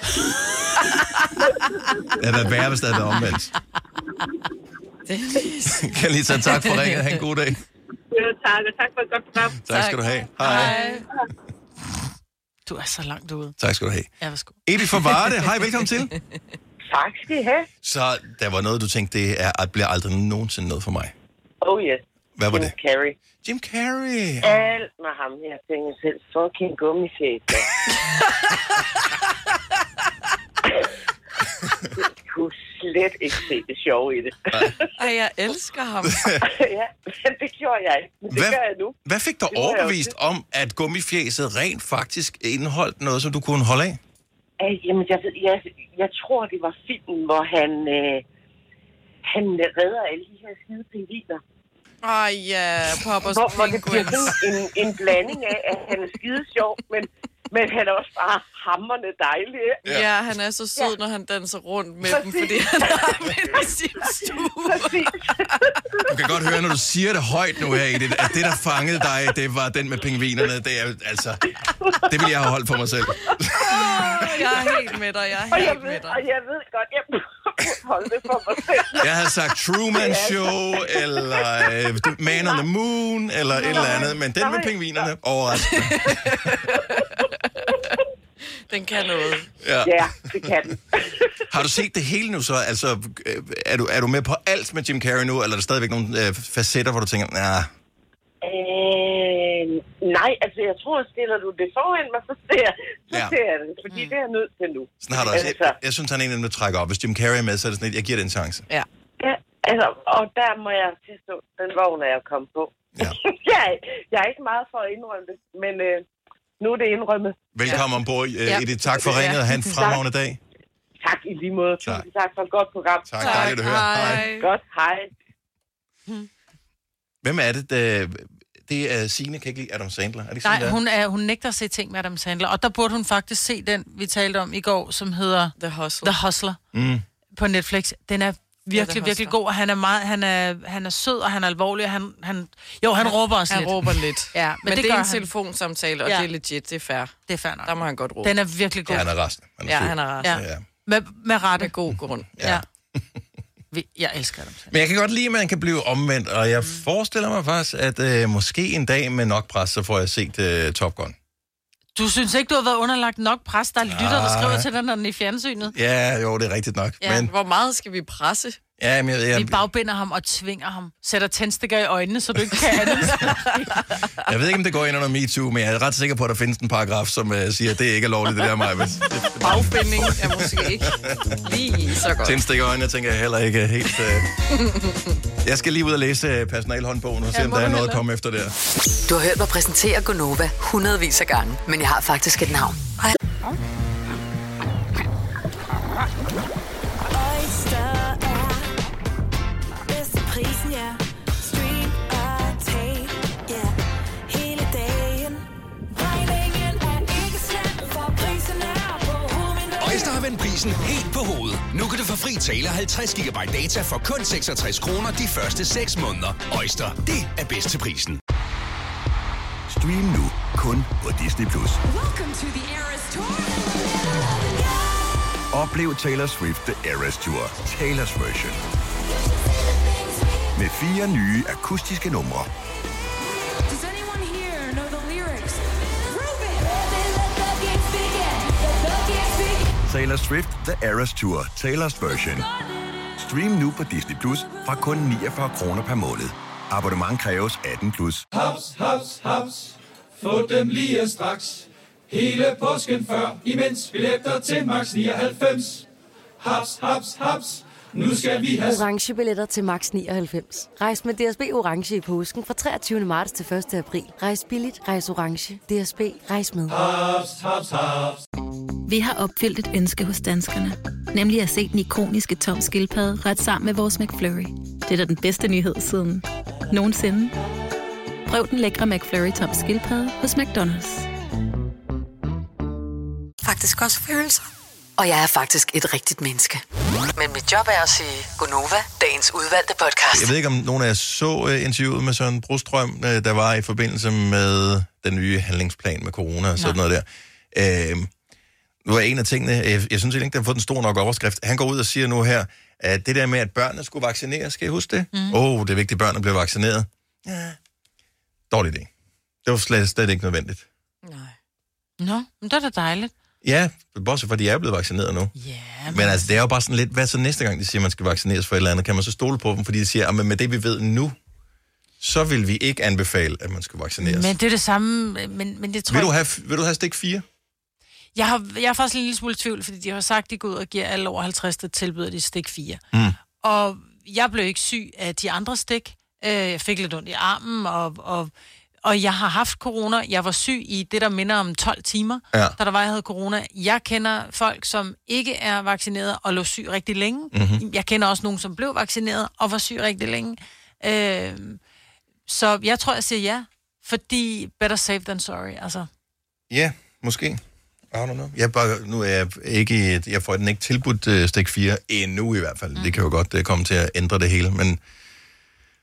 Speaker 1: havde været værre, hvis det havde været omvendt. Kan lige tage tak for ringen. Ha' en god dag.
Speaker 14: Jo, tak, og tak for et godt program.
Speaker 1: Tak skal du have. Hej. Hej.
Speaker 2: Du er så langt ude.
Speaker 1: Tak skal du have.
Speaker 2: Ja, værsgo.
Speaker 1: Edith fra Varde. Hej, velkommen til.
Speaker 14: Tak skal I have.
Speaker 1: Så der var noget, du tænkte, det er, bliver aldrig nogensinde noget for mig.
Speaker 14: Oh yes.
Speaker 1: Hvad var
Speaker 14: Jim
Speaker 1: det?
Speaker 14: Carrey.
Speaker 1: Jim Carrey.
Speaker 14: Alt med ham her. Jeg tænker selv, fucking gummifæs. Jeg kunne slet ikke se det sjove i det.
Speaker 3: Ej, jeg elsker ham.
Speaker 14: Ja, men det gjorde jeg ikke. Men det
Speaker 1: hvad,
Speaker 14: gør jeg nu.
Speaker 1: Hvad fik dig overbevist om, at gummifjæset rent faktisk indeholdt noget, som du kunne holde af?
Speaker 14: Æh, jamen, jeg, ved, jeg, jeg tror, det var filmen, hvor han, øh, han redder alle de her skide pingviner.
Speaker 3: Ej ja, Poppers
Speaker 14: hvor, hvor det bliver
Speaker 3: Penguins.
Speaker 14: sådan en, en blanding af, at han er skide sjov, men, men han er også bare hamrende dejlig.
Speaker 3: Ja. ja, han er så sød, ja. Når han danser rundt med Præcis. Dem, fordi han har dem i sin stue.
Speaker 1: Du kan godt høre, når du siger det højt nu her, Edith, at det, der fangede dig, det var den med pingvinerne. Det er altså... Det vil jeg have holdt for mig selv.
Speaker 3: Jeg er helt med dig, jeg er
Speaker 15: Og jeg
Speaker 3: helt
Speaker 15: ved,
Speaker 3: med dig.
Speaker 15: og jeg ved godt, jeg burde holde det for mig selv.
Speaker 1: Jeg havde sagt Truman Show, eller uh, Man on the Moon, eller et eller andet, men den med pingvinerne, overraskende.
Speaker 3: Den kan noget.
Speaker 1: Ja,
Speaker 15: ja det kan den.
Speaker 1: Har du set det hele nu så? Altså, er du, er du med på alt med Jim Carrey nu, eller er der stadigvæk nogle øh, facetter, hvor du tænker, nah.
Speaker 15: Øh, nej, altså jeg tror, stiller du det foran mig, så ser, så
Speaker 1: Ja.
Speaker 15: ser jeg det, fordi mm. det er jeg nødt til nu.
Speaker 1: Sådan har du også.
Speaker 15: Altså,
Speaker 1: Jeg, jeg synes, han er en af dem, der trækker op. Hvis Jim Carrey er med, så er det sådan lidt, jeg giver det en chance.
Speaker 3: Ja.
Speaker 15: ja, altså, og der må jeg tilstå, den vogn er jeg kommet på.
Speaker 1: Ja.
Speaker 15: jeg, er, jeg er ikke meget for at indrømme det, men øh, nu er det indrømmet.
Speaker 1: Velkommen ja. ombord,
Speaker 15: Ja.
Speaker 1: Edith. Tak for ringet, og have en fremragende dag.
Speaker 15: Tak i lige måde. Tusind tak for et godt program.
Speaker 1: Tak, dejligt at høre. Hej.
Speaker 15: Godt, hej.
Speaker 1: Hvem er det, der... Det er Signe, kan ikke lide Adam Sandler. Er det ikke
Speaker 2: Nej,
Speaker 1: sådan,
Speaker 2: hun, er, hun nægter at se ting med Adam Sandler. Og der burde hun faktisk se den, vi talte om i går, som hedder
Speaker 3: The Hustler,
Speaker 2: The Hustler
Speaker 1: mm.
Speaker 2: på Netflix. Den er virkelig,
Speaker 3: Ja, The
Speaker 2: virkelig god, og han er, meget, han, er, han er sød, og han er alvorlig, og han... han jo, han, han råber også
Speaker 3: han
Speaker 2: lidt.
Speaker 3: Han råber lidt.
Speaker 2: Ja, men,
Speaker 3: men det,
Speaker 2: det,
Speaker 3: det er
Speaker 2: gør
Speaker 3: en
Speaker 2: han.
Speaker 3: telefonsamtale, og
Speaker 2: Ja.
Speaker 3: det er legit, det er fair.
Speaker 2: Det er fair nok.
Speaker 3: Der må han godt råbe.
Speaker 2: Den er virkelig god.
Speaker 1: Ja, han er resten. Han er
Speaker 3: ja,
Speaker 1: sød.
Speaker 3: han er resten.
Speaker 2: Ja.
Speaker 1: Ja.
Speaker 2: Med, med rette.
Speaker 3: Med god grund.
Speaker 2: Ja. Vi- Jeg elsker dem.
Speaker 1: Men jeg kan godt lide, at man kan blive omvendt, og jeg forestiller mig faktisk, at øh, måske en dag med nok pres, så får jeg set øh, Top Gun.
Speaker 2: Du synes ikke, du har været underlagt nok pres? Der er lytter, der skriver til den, når den er i fjernsynet.
Speaker 1: Ja, jo, det er rigtigt nok.
Speaker 2: Ja.
Speaker 1: Men,
Speaker 3: Hvor meget skal vi presse?
Speaker 1: ja, men jeg, jeg,
Speaker 2: Vi bagbinder ham og tvinger ham. Sætter tændstikker i øjnene, så du ikke kan andet.
Speaker 1: jeg ved ikke, om det går ind under MeToo, men jeg er ret sikker på, at der findes en paragraf, som øh, siger, at det ikke er lovligt, det der mig.
Speaker 3: Bagbinding er måske ikke lige så godt.
Speaker 1: Tændstikker i øjnene, tænker jeg heller ikke helt... Øh... Jeg skal lige ud og læse øh, personalhåndbogen og se,
Speaker 5: Ja,
Speaker 1: om
Speaker 5: må
Speaker 1: der er
Speaker 5: du
Speaker 1: noget at
Speaker 5: hellere.
Speaker 1: komme efter der.
Speaker 5: Du har hørt mig præsentere Gonova hundredvis af gange, men jeg har faktisk et navn. Og jeg...
Speaker 16: Oyster er bedst til prisen, ja. Stream og tag, ja. Hele dagen. Regningen er ikke slem, for prisen er på hovedet.
Speaker 11: Oyster har vendt prisen helt på hovedet. Nu kan du få fri tale halvtreds gigabyte data for kun seksogtres kroner de første seks måneder. Oyster, det er bedst til prisen.
Speaker 17: Stream nu kun på Disney plus. Oplev Taylor Swift The Eras Tour, Taylor's version. Med fire nye akustiske numre.
Speaker 16: Does anyone here know the lyrics?
Speaker 17: Taylor Swift The Eras Tour, Taylor's version. Stream nu på Disney plus fra kun niogfyrre kroner per måned. Abonnement kræves atten plus.
Speaker 8: Haps, haps, haps. Få dem lige straks. Hele påsken før, imens billetter til max nioghalvfems. Haps, haps, haps. Nu skal vi have...
Speaker 9: Orange billetter til max nioghalvfems. Rejs med D S B Orange i påsken fra treogtyvende marts til første april. Rejs billigt, rejs orange. D S B, rejs med.
Speaker 8: Haps, haps, haps.
Speaker 18: Vi har opfyldt et ønske hos danskerne. Nemlig at se den ikoniske tom skildpadde ret sammen med vores McFlurry. Det er da den bedste nyhed siden nogensinde. Prøv den lækre McFlurry tom skildpadde hos McDonald's.
Speaker 5: Faktisk også følelser. Og jeg er faktisk et rigtigt menneske. Men mit job er at sige Gonova, dagens udvalgte podcast.
Speaker 1: Jeg ved ikke, om nogen af jer så uh, interviewet med Søren Brostrøm, uh, der var i forbindelse med den nye handlingsplan med corona og sådan Nej. noget der. Uh, nu er en af tingene, jeg, jeg synes ikke, der har fået en stor nok overskrift. Han går ud og siger nu her, at det der med, at børnene skulle vaccineres, skal I huske det? Åh, mm. oh, det er vigtigt, at børnene bliver vaccineret. Ja. Dårlig idé. Det var slet, slet ikke nødvendigt.
Speaker 2: Nå, men det er da dejligt.
Speaker 1: Ja, bortset fra, de er blevet vaccineret nu.
Speaker 2: Ja,
Speaker 1: men... men altså, det er jo bare sådan lidt, hvad så næste gang, de siger, at man skal vaccineres for et eller andet, kan man så stole på dem, fordi de siger, at med det, vi ved nu, så vil vi ikke anbefale, at man skal vaccineres.
Speaker 2: Men det er det samme, men, men det tror
Speaker 1: vil, du
Speaker 2: jeg...
Speaker 1: have, vil du have stik fire?
Speaker 2: Jeg, har, jeg er faktisk en lille smule i tvivl, fordi de har sagt, at de går ud og giver alle over halvtreds, der tilbyder de stik fire.
Speaker 1: Mm.
Speaker 2: Og jeg blev ikke syg af de andre stik. Jeg fik lidt ondt i armen, og... og Og jeg har haft corona. Jeg var syg i det, der minder om tolv timer,
Speaker 1: ja.
Speaker 2: da der var, jeg havde corona. Jeg kender folk, som ikke er vaccineret og lå syg rigtig længe.
Speaker 1: Mm-hmm.
Speaker 2: Jeg kender også nogen, som blev vaccineret og var syg rigtig længe. Øh, så jeg tror, jeg siger ja. Fordi better safe than sorry, altså.
Speaker 1: Ja, måske. I don't know. Jeg bare, nu er jeg ikke... Et, jeg får den ikke tilbudt uh, stik fire endnu i hvert fald. Mm. Det kan jo godt uh, komme til at ændre det hele, men...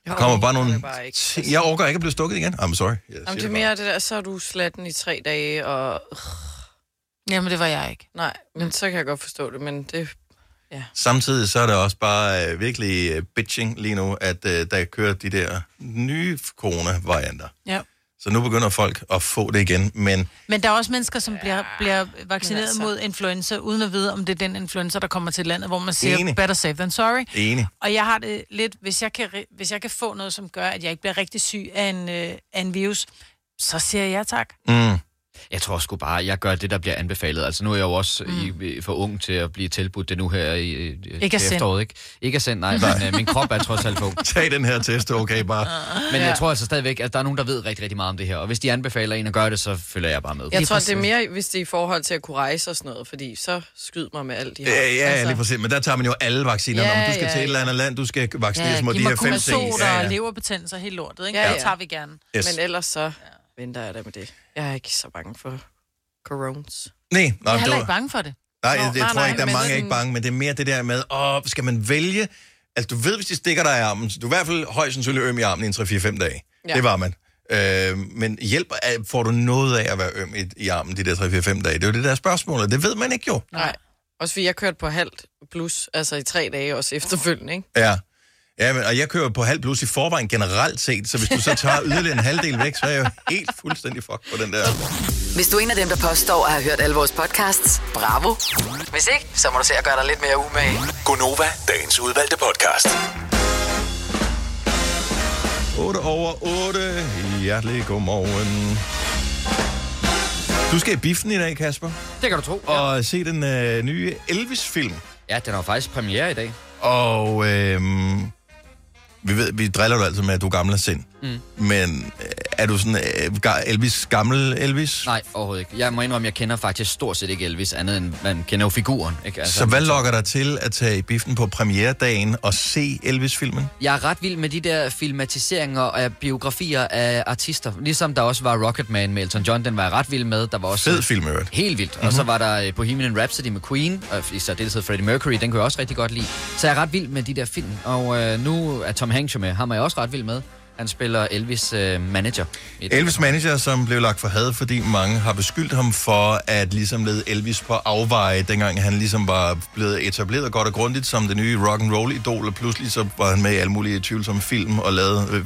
Speaker 1: Der kommer bare nogle... Bare jeg overgår ikke at blive stukket igen. I'm sorry.
Speaker 3: Jamen, det er mere det der, så er du slatten i tre dage, og...
Speaker 2: Jamen, det var jeg ikke.
Speaker 3: Nej, men så kan jeg godt forstå det, men det... Ja.
Speaker 1: Samtidig så er det også bare øh, virkelig øh, bitching lige nu, at øh, der kører de der nye corona-varianter.
Speaker 2: Ja.
Speaker 1: Så nu begynder folk at få det igen, men...
Speaker 2: Men der er også mennesker, som bliver, bliver vaccineret
Speaker 3: altså.
Speaker 2: mod influenza, uden at vide, om det er den influenza, der kommer til landet, hvor man siger,
Speaker 1: Enig.
Speaker 2: better safe than sorry.
Speaker 1: Enig.
Speaker 2: Og jeg har det lidt, hvis jeg kan, hvis jeg kan få noget, som gør, at jeg ikke bliver rigtig syg af en, øh, af en virus, så siger jeg tak.
Speaker 1: Mm.
Speaker 4: Jeg tror sgu bare, jeg gør det, der bliver anbefalet. Altså nu er jeg jo også mm. i, for ung til at blive tilbudt det nu her i, i
Speaker 2: ikke
Speaker 4: efteråret, ikke? Ikke at sende, nej, men øh, min krop er trods alt på.
Speaker 1: Tag den her test, okay, bare.
Speaker 4: Men jeg tror altså stadigvæk, at der er nogen, der ved rigtig, rigtig meget om det her. Og hvis de anbefaler en at gøre det, så følger jeg bare med.
Speaker 3: Jeg tror, det er mere, hvis det er i forhold til at kunne rejse og sådan noget, fordi så skyd mig med alt de her.
Speaker 1: Ja, ja, altså. Lige præcis. Men der tager man jo alle vacciner.
Speaker 2: Ja,
Speaker 1: Når du skal
Speaker 2: ja,
Speaker 1: til et eller andet land, du skal vaccineres
Speaker 2: ja,
Speaker 1: mod de her fem ting.
Speaker 2: Ja,
Speaker 1: Ja,
Speaker 2: og
Speaker 1: ja.
Speaker 2: leverbetændelser, helt lortet, ikke?
Speaker 3: Ja,
Speaker 2: Ja,
Speaker 3: ja.
Speaker 2: det tager vi gerne.
Speaker 1: Yes.
Speaker 3: Men ellers så ja. venter jeg da med det. Jeg er ikke så bange for coronas.
Speaker 1: Nej,
Speaker 2: Jeg
Speaker 1: nej,
Speaker 2: er heller
Speaker 1: det
Speaker 2: ikke bange for det.
Speaker 1: Nej,
Speaker 3: Nå,
Speaker 1: jeg, jeg
Speaker 3: nej,
Speaker 1: tror
Speaker 3: nej,
Speaker 1: ikke, der er
Speaker 3: men
Speaker 1: mange,
Speaker 3: sådan-
Speaker 1: ikke bange, men det er mere det der med, åh, skal man vælge? Altså, du ved, hvis de stikker dig i armen, så du er i hvert fald højst sandsynligt øm i armen i en tre fire fem dage.
Speaker 3: Ja.
Speaker 1: Det var man. Øh, men hjælp, får du noget af at være øm i, i armen de der tre fire fem dage? Det er jo det der spørgsmål, og det ved man ikke jo.
Speaker 3: Nej. Også fordi jeg kørte på halvt plus, altså i tre dage også efterfølgende, ikke?
Speaker 1: Ja. Ja, men, og jeg kører på halv plus i forvejen generelt set, så hvis du så tager yderligere en halvdel væk, så er jeg jo helt fuldstændig fuck på den der.
Speaker 5: Hvis du er en af dem, der påstår at have hørt alle vores podcasts, bravo. Hvis ikke, så må du se at gøre dig lidt mere umage.
Speaker 11: Gonova, dagens udvalgte podcast.
Speaker 1: otte over otte. Hjertelig godmorgen. Du skal i biffen i dag, Kasper.
Speaker 4: Det kan du tro.
Speaker 1: Og se den øh, nye Elvis-film.
Speaker 4: Ja, den har faktisk premiere i dag.
Speaker 1: Og øhm, vi ved, vi driller jo altid med, at du er gammel af sind. Mm. Men øh, er du sådan øh, ga- Elvis, gammel Elvis?
Speaker 4: Nej, overhovedet ikke. Jeg må indrømme, jeg kender faktisk stort set ikke Elvis, andet end man kender jo figuren. Ikke? Altså,
Speaker 1: Så hvad lokker dig til at tage i biffen på premieredagen og se Elvis-filmen?
Speaker 4: Jeg er ret vild med de der filmatiseringer af biografier af artister. Ligesom der også var Rocketman med Elton John, den var jeg ret vild med. Der var også
Speaker 1: Fed film, i øvrigt.
Speaker 4: Helt vildt. Mm-hmm. Og så var der Bohemian Rhapsody med Queen, og i særdeleshed Freddie Mercury, den kunne jeg også rigtig godt lide. Så jeg er ret vild med de der film. Og øh, nu er Tom Hanks jo med, ham er jeg også ret vild med. Han spiller Elvis øh, manager.
Speaker 1: Elvis manager, som blev lagt for had, fordi mange har beskyldt ham for at ligesom lede Elvis på afveje, dengang han ligesom var blevet etableret godt og grundigt som det nye rock and roll idol, og pludselig så var han med i alle mulige tvivlsomme film og lavede øh,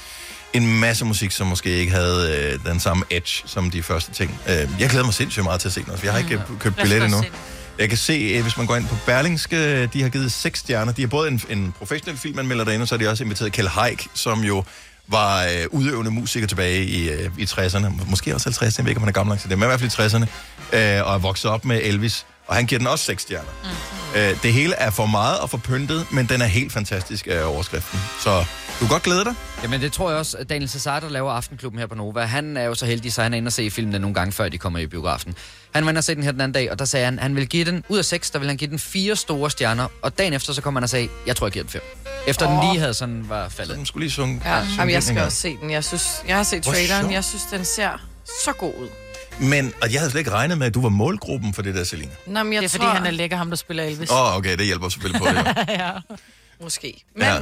Speaker 1: en masse musik, som måske ikke havde øh, den samme edge som de første ting. Øh, jeg glæder mig sindssygt meget til at se den også, for jeg har ikke mm. købt billet endnu. Jeg kan se, hvis man går ind på Berlingske, de har givet seks stjerner. De har både en, en professionel filmanmelder derinde, og så har de også inviteret Kjeld Haik, som jo var øh, udøvende musiker tilbage i, øh, i tresserne. Måske også halvtredserne, jeg ved ikke, om han er gammel nok til det, men i hvert fald i tresserne. Øh, og er vokset op med Elvis, og han giver den også seks stjerner. Mm. Øh, det hele er for meget og for pyntet, men den er helt fantastisk af overskriften. Så du kan godt glæde dig.
Speaker 4: Jamen det tror jeg også, at Daniel Cesar, der laver Aftenklubben her på Nova, han er jo så heldig, så han er inde og se filmen nogle gange, før de kommer i biografen. Han var inde og se den her den anden dag, og der sagde han, han vil give den, ud af seks, der vil han give den fire store stjerner, og dagen efter, så kom han og sagde, jeg tror, jeg giver den fem. Efter oh. den lige havde sådan var faldet.
Speaker 1: Den skulle lige sunge.
Speaker 3: Ja, jamen, jeg skal også se den. Jeg synes, jeg har set
Speaker 1: Hvor
Speaker 3: traileren.
Speaker 1: sjovt.
Speaker 3: Jeg synes, den ser så god ud.
Speaker 1: Men, og jeg havde slet ikke regnet med, at du var målgruppen for det der, Selina.
Speaker 3: Nå, men jeg
Speaker 2: Det er
Speaker 3: tror...
Speaker 2: fordi, han er lækker, ham der spiller Elvis.
Speaker 1: Åh, oh, okay, det hjælper selvfølgelig på det.
Speaker 2: Ja.
Speaker 3: Måske. Men,
Speaker 1: Ja.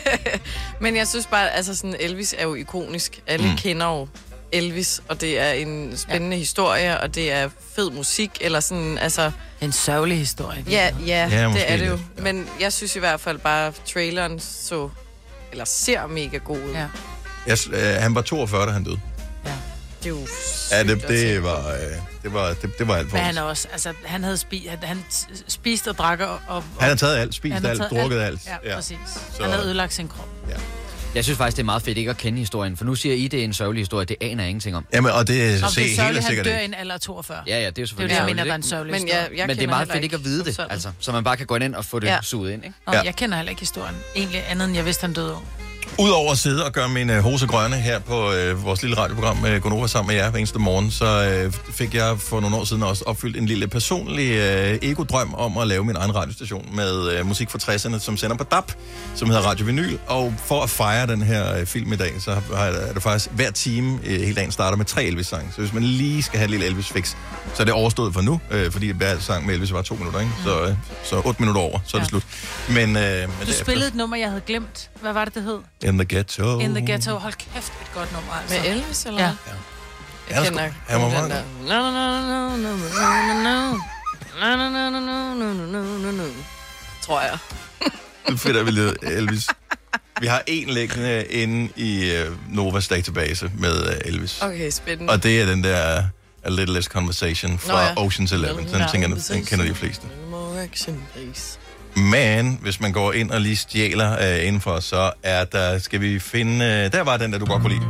Speaker 3: men jeg synes bare, altså sådan, Elvis er jo ikonisk. Alle
Speaker 1: Mm.
Speaker 3: mm. kender jo Elvis, og det er en spændende ja. historie, og det er fed musik, eller sådan, altså...
Speaker 2: En sørgelig historie.
Speaker 3: Ja, ja,
Speaker 1: Ja,
Speaker 3: ja
Speaker 1: måske
Speaker 3: det er det jo.
Speaker 1: lidt,
Speaker 3: Men jeg synes i hvert fald bare, at traileren så, eller ser mega god ud.
Speaker 2: Ja.
Speaker 1: Jeg, øh, han var toogfyrre, da han døde.
Speaker 3: Det er jo
Speaker 1: Ja,
Speaker 3: sygt
Speaker 1: det,
Speaker 3: at tænke
Speaker 1: det,
Speaker 3: på.
Speaker 1: var, øh, det, var, det, det var alt for
Speaker 2: Men
Speaker 1: os.
Speaker 2: han er også, altså, han havde spi, han, han spist og drak og... og
Speaker 1: Han har taget alt, spist
Speaker 2: han har
Speaker 1: alt,
Speaker 2: taget
Speaker 1: drukket alt.
Speaker 2: Ja, ja. præcis.
Speaker 1: Så-
Speaker 2: Han havde ødelagt sin krop.
Speaker 1: Ja.
Speaker 4: Jeg synes faktisk, det er meget fedt ikke at kende historien, for nu siger I, det er en sørgelig historie, det aner jeg ingenting om.
Speaker 1: Jamen, og det
Speaker 2: Om
Speaker 1: se
Speaker 2: det er
Speaker 1: helt
Speaker 2: sørgeligt, han
Speaker 1: sikkert
Speaker 2: dør i
Speaker 1: ikke.
Speaker 2: en alder af toogfyrre.
Speaker 4: Ja, ja, det er jo
Speaker 2: Det er jo
Speaker 4: selvfølgelig
Speaker 2: det, jeg mener,
Speaker 4: sørgeligt,
Speaker 2: var en
Speaker 4: ikke?
Speaker 2: sørgelig
Speaker 3: Men
Speaker 2: historie.
Speaker 3: jeg, jeg
Speaker 4: Men det er
Speaker 3: kender
Speaker 4: meget
Speaker 3: heller
Speaker 4: fedt ikke at vide det,
Speaker 3: sådan.
Speaker 4: altså, så man bare kan gå ind og få det
Speaker 3: Ja.
Speaker 4: suget ind, ikke?
Speaker 2: Og
Speaker 1: Ja.
Speaker 2: jeg kender heller ikke historien. Egentlig andet, end jeg vidste, han døde.
Speaker 1: Udover at sidde og gøre mine hose grønne her på øh, vores lille radioprogram med Gonova sammen med jer hver eneste morgen, så øh, fik jeg for nogle år siden også opfyldt en lille personlig øh, ego-drøm om at lave min egen radiostation med øh, musik fra tresserne, som sender på D A B, som hedder Radio Vinyl. Og for at fejre den her øh, film i dag, så har, er det faktisk hver time øh, hele dagen starter med tre Elvis-sange. Så hvis man lige skal have et lille Elvis-fix, så er det overstået for nu, øh, fordi hver sang med Elvis var to minutter, ikke? Så, øh, så otte minutter over, så er det
Speaker 2: Ja.
Speaker 1: slut. Men, øh, men
Speaker 2: Du
Speaker 1: derefter-
Speaker 2: spillede et nummer, jeg havde glemt. Hvad var det, det hed?
Speaker 1: In the Ghetto.
Speaker 2: In the Ghetto. Hold kæft, et godt nummer, altså.
Speaker 3: Med Elvis, eller
Speaker 2: ja.
Speaker 3: hvad?
Speaker 1: Ja.
Speaker 3: Jeg kender
Speaker 1: Han var
Speaker 3: kun
Speaker 1: meget
Speaker 3: den der. No, no, no, no, no, no, no. No, no, no, no, no, no, no, no, no. Tror jeg.
Speaker 1: Det er fedt, at vi lavede Elvis. Vi har en liggende inde i uh, Novas database med uh, Elvis.
Speaker 3: Okay, spændende.
Speaker 1: Og det er den der A Little Less Conversation fra
Speaker 3: Nå, ja.
Speaker 1: Ocean's Eleven. Den, tænker, den kender de fleste.
Speaker 3: More action, please.
Speaker 1: Men hvis man går ind og lige stjæler uh, indenfor, så er der, skal vi finde... Uh, der var den, der du godt kunne lide.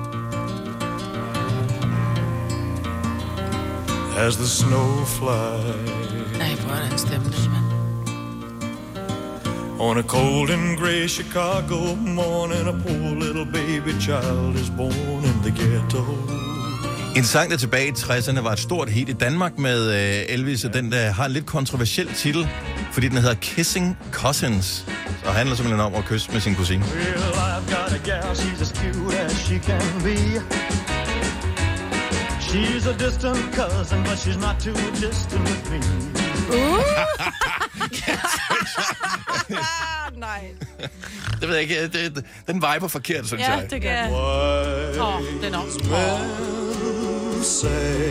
Speaker 19: As the snow flies.
Speaker 2: Nej, hvor er den stemme, mand.
Speaker 19: On a cold and gray Chicago morning, a poor little baby child is born in the ghetto.
Speaker 1: En sang, der tilbage i tresserne var et stort hit i Danmark med uh, Elvis, og den der har en lidt kontroversiel titel, fordi den hedder Kissing Cousins, og handler simpelthen om at kysse med sin kusine.
Speaker 19: Well, I've got a gal, she's as cute as she can be. She's a distant cousin, but she's not too distant with me.
Speaker 3: Uh. Nej.
Speaker 1: Det ved jeg ikke, det, det, den viber forkert, synes
Speaker 2: ja,
Speaker 1: jeg.
Speaker 2: Ja, det gør den. Åh, oh, den er også.
Speaker 19: Say,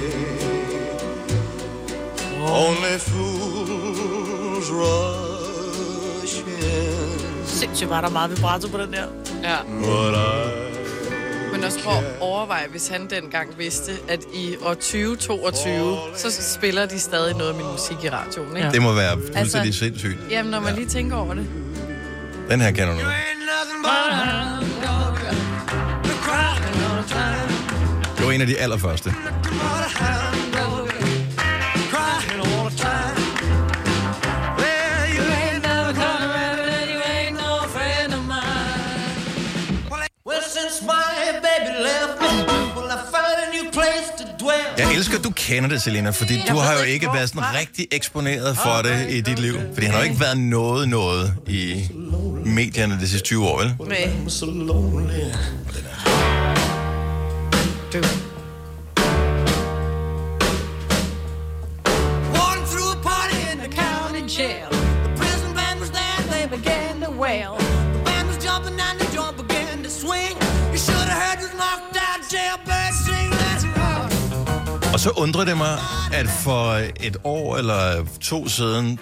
Speaker 19: only fools rush in.
Speaker 2: Sindssygt var der meget vibrato på den der.
Speaker 3: Ja.
Speaker 19: But I
Speaker 3: Men også prøv at overveje, hvis han dengang vidste, at i år tyve toogtyve, så spiller de stadig noget af min musik i radioen, ikke?
Speaker 1: Det må være fuldstændig
Speaker 3: altså,
Speaker 1: sindssygt.
Speaker 3: Jamen, når man ja. lige tænker over det.
Speaker 1: Den her kender du. Det var en af de allerførste. Jeg elsker, at du kender det, Selena, fordi du har jo ikke været sådan rigtig eksponeret for det i dit liv. Fordi han har jo ikke været noget noget i medierne de sidste tyve år, vel?
Speaker 3: Nej.
Speaker 1: Og så undrer det mig, at for et år eller to siden,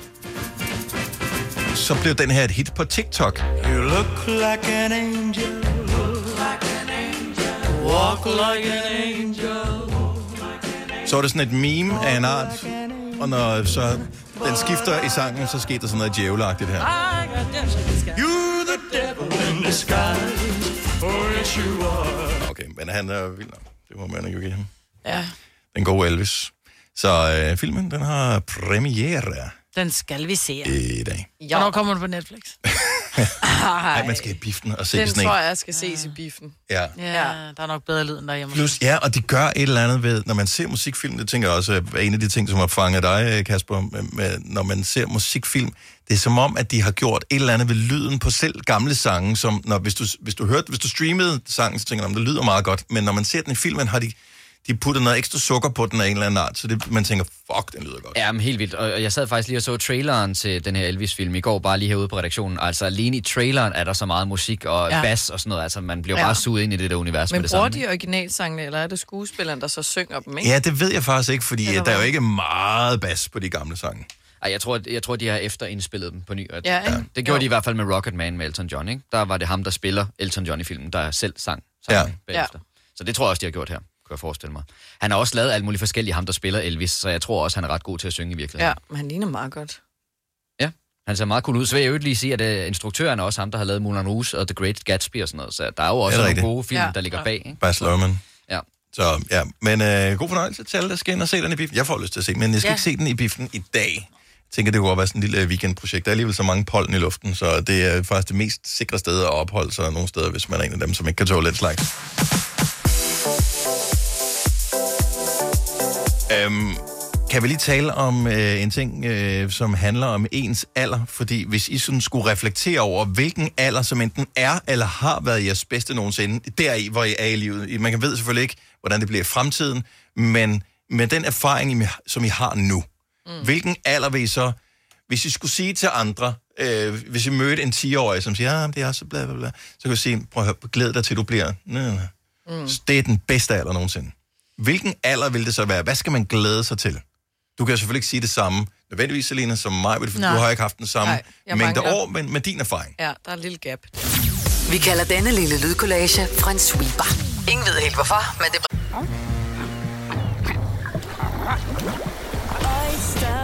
Speaker 1: så blev den her et hit på TikTok.
Speaker 19: You look like an angel. Walk like an angel.
Speaker 1: Så var det sådan et meme af en art, og når så den skifter i sangen, så sker der sådan noget djævleagtigt her.
Speaker 19: You the devil in disguise. Oh, yes you are.
Speaker 1: Okay, men han er vild nok. Det må man jo give ham.
Speaker 3: Ja.
Speaker 1: Den gode Elvis. Så øh, filmen, den har premiere.
Speaker 2: Den skal vi se.
Speaker 1: I dag.
Speaker 2: Ja. Hvornår kommer den på Netflix?
Speaker 1: Nej, man skal i biffen og se
Speaker 3: den
Speaker 1: sådan en.
Speaker 3: tror jeg, skal ses i biffen.
Speaker 1: Ja.
Speaker 2: Ja, der er nok bedre lyd end derhjemme.
Speaker 1: Plus, ja, og de gør et eller andet ved, når man ser musikfilm, det tænker jeg også er en af de ting, som har fanget dig, Kasper, med, med, når man ser musikfilm, det er som om, at de har gjort et eller andet ved lyden på selv gamle sange, som når, hvis, du, hvis, du hørte, hvis du streamede sangen, så tænker du, det lyder meget godt, men når man ser den i filmen, har de de putter noget ekstra sukker på den af en eller anden art, så det, man tænker, fuck, den lyder godt.
Speaker 4: Ja, men helt vildt. Og jeg sad faktisk lige og så traileren til den her Elvis-film i går, bare lige herude på redaktionen. Altså, alene i traileren er der så meget musik og ja. bass og sådan noget. Altså, man bliver ja. bare suget ind i det der univers
Speaker 3: men
Speaker 4: med det samme.
Speaker 3: Men bruger de originalsangene, eller er det skuespilleren, der så synger dem, ikke?
Speaker 1: Ja, det ved jeg faktisk ikke, fordi der er jo ikke meget bass på de gamle sange.
Speaker 4: Ej, jeg tror, jeg tror, de har efterindspillet dem på ny.
Speaker 3: Ja, ja.
Speaker 4: Det gjorde jo. de i hvert fald med Rocket Man med Elton John, ikke? Der var det ham, der spiller Elton John i filmen, der selv sang sangen ja. bagefter. Ja. Så det tror jeg også, de har gjort her. Kan jeg forestille mig. Han har også lavet alle mulige forskellige ham, der spiller Elvis, så jeg tror også, han er ret god til at synge i virkeligheden.
Speaker 3: Ja, men han ligner meget godt.
Speaker 4: Ja, han ser meget cool ud. Så vil jeg jo lige sige, at uh, instruktøren er også ham, der har lavet Moulin Rouge og The Great Gatsby og sådan noget, så der er jo også nogle gode film, ja. der ligger bag. Ikke?
Speaker 1: Baz Luhrmann.
Speaker 4: Ja.
Speaker 1: Så ja, men uh, god fornøjelse til alle, der skal ind og se den i biffen. Jeg får lyst til at se, men jeg skal ja. ikke se den i biffen i dag. Jeg tænker, det kunne godt være sådan en lille weekendprojekt. Der er alligevel så mange pollen i luften, så det er faktisk det mest sikre sted at opholde sig nogle steder, hvis man er en af dem, som ikke kan tåle lidt slags. Øhm, kan vi lige tale om øh, en ting, øh, som handler om ens alder? Fordi hvis I sådan skulle reflektere over, hvilken alder, som enten er eller har været jeres bedste nogensinde, deri, hvor I er i livet. Man kan ved selvfølgelig ikke, hvordan det bliver i fremtiden, men med den erfaring, som I har nu, mm. hvilken alder vil I så, hvis I skulle sige til andre, Øh, hvis I mødte en ti-årig, som siger, ja, det er så bla bla bla, så kan du sige, prøv at høre, glæd dig til, du bliver... Næ, næ. Mm. Det er den bedste alder nogensinde. Hvilken alder vil det så være? Hvad skal man glæde sig til? Du kan selvfølgelig ikke sige det samme, nødvendigvis, Selina, som mig, for du har ikke haft den samme Nej, mængde mangler. år, men med din erfaring.
Speaker 3: Ja, der er en lille gap.
Speaker 5: Vi kalder denne lille lydkollage en sweeper. Ingen ved helt hvorfor, men det...
Speaker 16: Oyster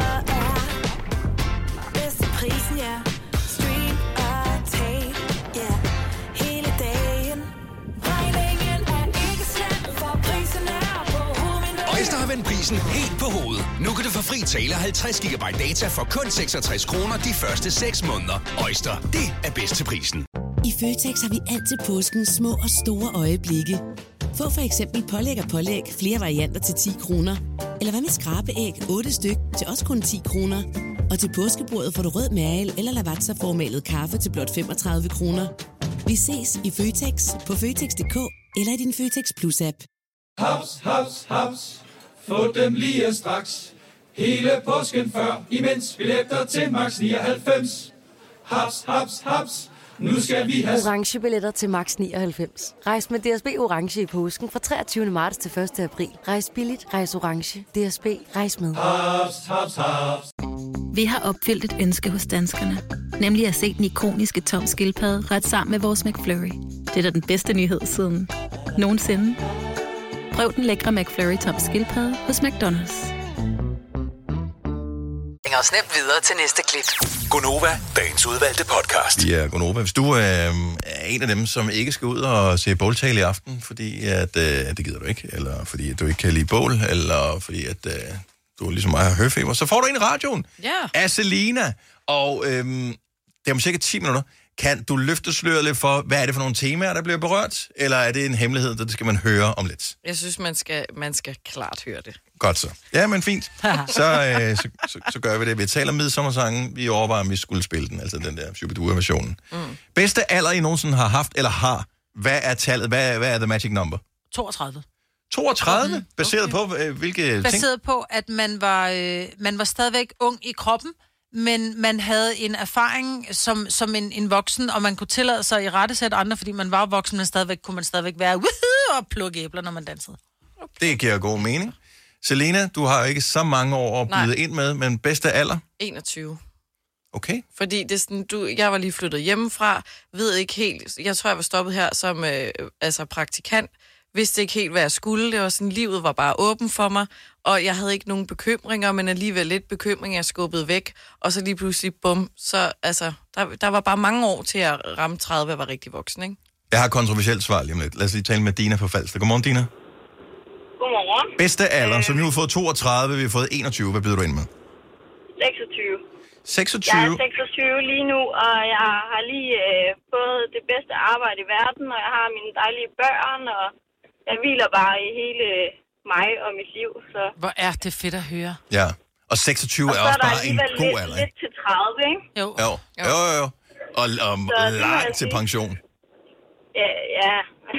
Speaker 16: er bedst til prisen, ja. Stream og tag, ja. Hele dagen. Regningen er ikke slem, for prisen er på hovedet.
Speaker 11: Oyster har vendt prisen helt på hovedet. Nu kan du få fri tale halvtreds gigabyte data for kun seksogtres kroner de første seks måneder. Oyster, det er bedst til prisen.
Speaker 20: I Føtex har vi altid påsken små og store øjeblikke. Få for eksempel pålæg og pålæg flere varianter til ti kroner. Eller hvad med skrabeæg otte styk til også kun ti kroner. Og til påskebordet får du rød mal eller lavatserformalet kaffe til blot femogtredive kroner. Vi ses i Føtex på Føtex punktum d k eller i din Føtex Plus-app.
Speaker 8: Haps, haps, haps. Få dem lige straks. Hele påsken før, imens billetter til max nioghalvfems. Haps, haps, haps. Nu skal vi have...
Speaker 9: Orange billetter til max nioghalvfems. Rejs med D S B Orange i påsken fra treogtyvende marts til første april. Rejs billigt, rejs orange. D S B, rejs med.
Speaker 8: Haps, haps, haps.
Speaker 18: Vi har opfyldt et ønske hos danskerne. Nemlig at se den ikoniske Tom Skildpadde ret sammen med vores McFlurry. Det er da den bedste nyhed siden nogensinde. Prøv den lækre McFlurry Tom Skildpadde hos McDonald's.
Speaker 5: Os nemt videre til næste klip.
Speaker 11: Gonova, dagens udvalgte podcast.
Speaker 1: Ja, Gonova. Hvis du øh, er en af dem, som ikke skal ud og se båltale i aften, fordi at, øh, det gider du ikke, eller fordi at du ikke kan lide bål, eller fordi at øh, du ligesom mig har høfeber, så får du en i radioen
Speaker 3: Ja.
Speaker 1: af Selina. Og øh, det er om cirka ti minutter. Kan du løfte sløret lidt for, hvad er det for nogle temaer, der bliver berørt? Eller er det en hemmelighed, der det skal man høre om lidt?
Speaker 3: Jeg synes, man skal, man skal klart høre det.
Speaker 1: Godt så. Ja, men fint. Så, øh, så, så, så gør vi det. Vi taler om midsommersangen. Vi overvejer, om vi skulle spille den, altså den der Shubidua-versionen. Mm. Bedste alder, I nogensinde har haft eller har. Hvad er tallet? Hvad, hvad er the magic number?
Speaker 2: toogtredive.
Speaker 1: toogtredive? Mm. Baseret okay. på øh, hvilke ting?
Speaker 2: Baseret på, at man var, øh, man var stadigvæk ung i kroppen, men man havde en erfaring som, som en, en voksen, og man kunne tillade sig i rettesætte andre, fordi man var voksen, men stadigvæk kunne man stadigvæk være woohoo, og plukke æbler, når man dansede.
Speaker 1: Okay. Det giver god mening. Selena, du har jo ikke så mange år at byde ind med, men bedste alder?
Speaker 3: enogtyve.
Speaker 1: Okay.
Speaker 3: Fordi det er sådan, du, jeg var lige flyttet hjemmefra, ved ikke helt, jeg tror, jeg var stoppet her som øh, altså praktikant, vidste ikke helt, hvad jeg skulle. Det var sådan, livet var bare åben for mig, og jeg havde ikke nogen bekymringer, men alligevel lidt bekymring, jeg skubbede væk, og så lige pludselig, bum, så altså, der, der var bare mange år til at ramme tredive, jeg var rigtig voksen, ikke?
Speaker 1: Jeg har et kontroversielt svar lige om lidt. Lad os lige tale med Dina fra Falster. Godmorgen, Dina.
Speaker 12: Godmorgen.
Speaker 1: Bedste alder, som nu har fået toogtredive, vi har fået enogtyve. Hvad byder du ind med?
Speaker 12: seksogtyve.
Speaker 1: seksogtyve?
Speaker 12: Jeg er seksogtyve lige nu, og jeg har lige øh, fået det bedste arbejde i verden, og jeg har mine dejlige børn, og jeg hviler bare i hele mig og mit liv. Så.
Speaker 2: Hvor er det fedt at høre.
Speaker 1: Ja, og seksogtyve
Speaker 12: og
Speaker 1: er også bare en god
Speaker 12: lidt,
Speaker 1: alder,
Speaker 12: lidt til tredive, ikke?
Speaker 2: Jo.
Speaker 1: Jo, jo, jo. jo. Og, og langt til pension.
Speaker 12: Ja, ja.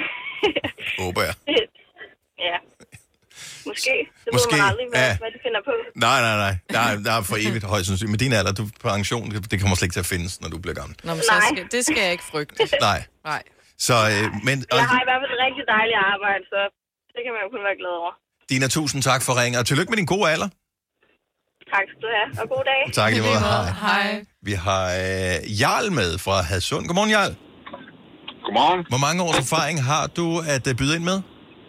Speaker 1: Håber jeg.
Speaker 12: Ja. Måske. Det
Speaker 1: Måske,
Speaker 12: ved man aldrig, hvad,
Speaker 1: ja.
Speaker 12: hvad de finder på.
Speaker 1: Nej, nej, nej. Der er, der er for evigt højst sandsynligt. Med din alder, du pension, det, det kommer slet ikke til at findes, når du bliver gammel.
Speaker 3: Nå, men så skal, det skal jeg ikke frygte.
Speaker 1: Nej.
Speaker 3: Nej.
Speaker 1: Så, øh, men... Og,
Speaker 12: jeg har i hvert fald et rigtig dejligt arbejde, så det kan man jo kun være glad over.
Speaker 1: Dina, tusind tak for ringen, og tillykke med din gode alder.
Speaker 12: Tak skal du have, og god dag.
Speaker 1: Tak i måde. Hej.
Speaker 12: Hej.
Speaker 1: Vi har øh, Jarl med fra Hadsund. Godmorgen, Jarl.
Speaker 21: Godmorgen.
Speaker 1: Hvor mange års erfaring har du at uh, byde ind med?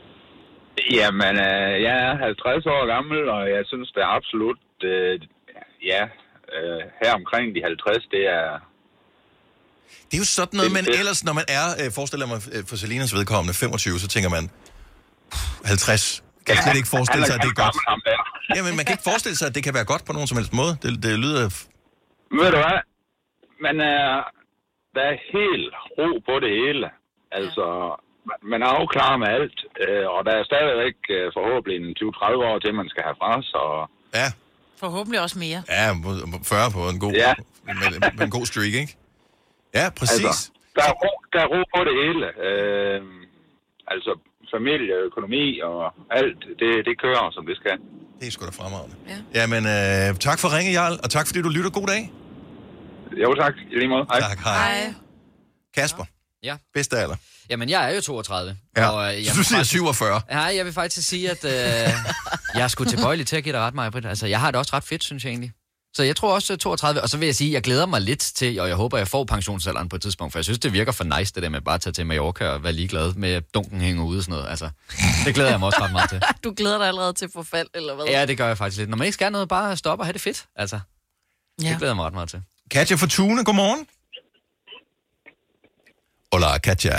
Speaker 21: Jamen, øh, jeg er halvtreds år gammel, og jeg synes, det er absolut, øh, ja, øh, her omkring de halvtreds, det er...
Speaker 1: Det er jo sådan noget, men ellers, når man er, øh, forestiller mig for Selinas vedkommende, femogtyve, så tænker man, halvtreds, kan slet ikke forestille sig, at det er godt. Jamen, man kan ikke forestille sig, at det kan være godt på nogen som helst måde. Det, det lyder...
Speaker 21: Ved du hvad? Men øh, der er helt ro på det hele. Altså... Man er afklaret med alt, øh, og der er stadigvæk øh, forhåbentlig en tyve til tredive år til, man skal have fra sig. Og...
Speaker 1: Ja.
Speaker 2: Forhåbentlig også mere.
Speaker 1: Ja, fyrre på en god, ja. med, med en god streak, ikke? Ja, præcis.
Speaker 21: Altså, der, er ro, der er ro på det hele. Øh, altså familie, økonomi og alt, det, det kører, som det skal.
Speaker 1: Det er sgu da fremragende. Ja. Jamen, øh, tak for ringe, Jarl, og tak fordi du lytter. God dag.
Speaker 21: Jo, tak. I lige måde. Hej.
Speaker 1: Tak, hej. hej. Kasper.
Speaker 4: Ja.
Speaker 1: Bedste alder.
Speaker 4: Jamen, jeg er jo toogtredive.
Speaker 1: Ja.
Speaker 4: Og, øh, jeg
Speaker 1: så du siger faktisk... syvogfyrre?
Speaker 4: Ja, jeg vil faktisk sige, at øh, jeg er sgu tilbøjelig til at give dig ret, Maja. Altså, jeg har det også ret fedt, synes jeg egentlig. Så jeg tror også toogtredive, og så vil jeg sige, at jeg glæder mig lidt til, og jeg håber, jeg får pensionsalderen på et tidspunkt, for jeg synes, det virker for nice, det der med bare at tage til Mallorca og være ligeglad med, at dunken hænger ude og sådan noget. Altså, det glæder jeg mig også ret meget til.
Speaker 3: Du glæder dig allerede til forfald, eller hvad?
Speaker 4: Ja, det gør jeg faktisk lidt. Når man ikke skal noget, bare stoppe og have det fedt. Altså, ja. Det glæder jeg mig ret meget til.
Speaker 1: Katja fra Tune, godmorgen. Hola, Katja.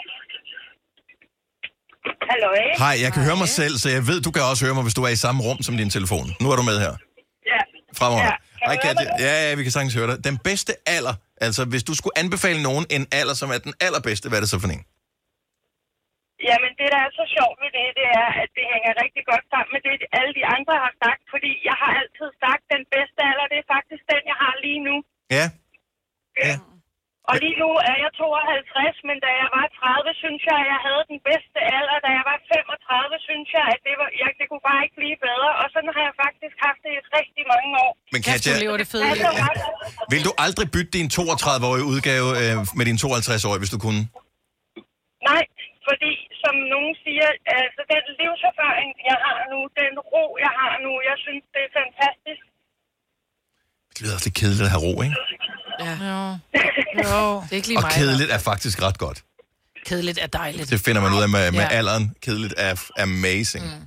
Speaker 12: Hallo, eh?
Speaker 1: Hej, jeg kan Hej. høre mig selv, så jeg ved, du kan også høre mig, hvis du er i samme rum som din telefon. Nu er du med her.
Speaker 12: Ja.
Speaker 1: Fremover.
Speaker 12: Ja.
Speaker 1: Hej, Katja. Ja, ja, vi kan sagtens høre dig. Den bedste alder, altså hvis du skulle anbefale nogen en alder, som er den allerbedste, hvad er det så for en?
Speaker 12: Jamen, det der er så sjovt ved det, det er, at det hænger rigtig godt sammen med det, alle de andre har sagt, fordi jeg har altid sagt, den bedste alder, det er faktisk den, jeg har lige nu.
Speaker 1: Ja. Ja.
Speaker 12: Og lige nu er jeg tooghalvtreds, men da jeg var tredive, synes jeg, at jeg havde den bedste alder. Da jeg var femogtredive, synes jeg, at det, var, jeg, det kunne bare ikke blive bedre. Og sådan har jeg faktisk haft det i rigtig mange år.
Speaker 1: Men Katja,
Speaker 2: lever det fede
Speaker 12: altså,
Speaker 1: vil du aldrig bytte din toogtredive-årige udgave øh, med din tooghalvtreds-årige, hvis du kunne?
Speaker 12: Nej, fordi som nogen siger, altså den livserfaring, jeg har nu, den ro, jeg har nu, jeg synes, det er fantastisk.
Speaker 1: Det lyder også lidt kedeligt at have ro, ikke?
Speaker 3: Ja.
Speaker 2: Jo. jo. Det er ikke lige
Speaker 1: og
Speaker 2: mig,
Speaker 1: kedeligt er faktisk ret godt.
Speaker 2: Kedeligt er dejligt.
Speaker 1: Det finder man ud af med, med
Speaker 2: ja.
Speaker 1: alderen. Kedeligt er amazing. Mm.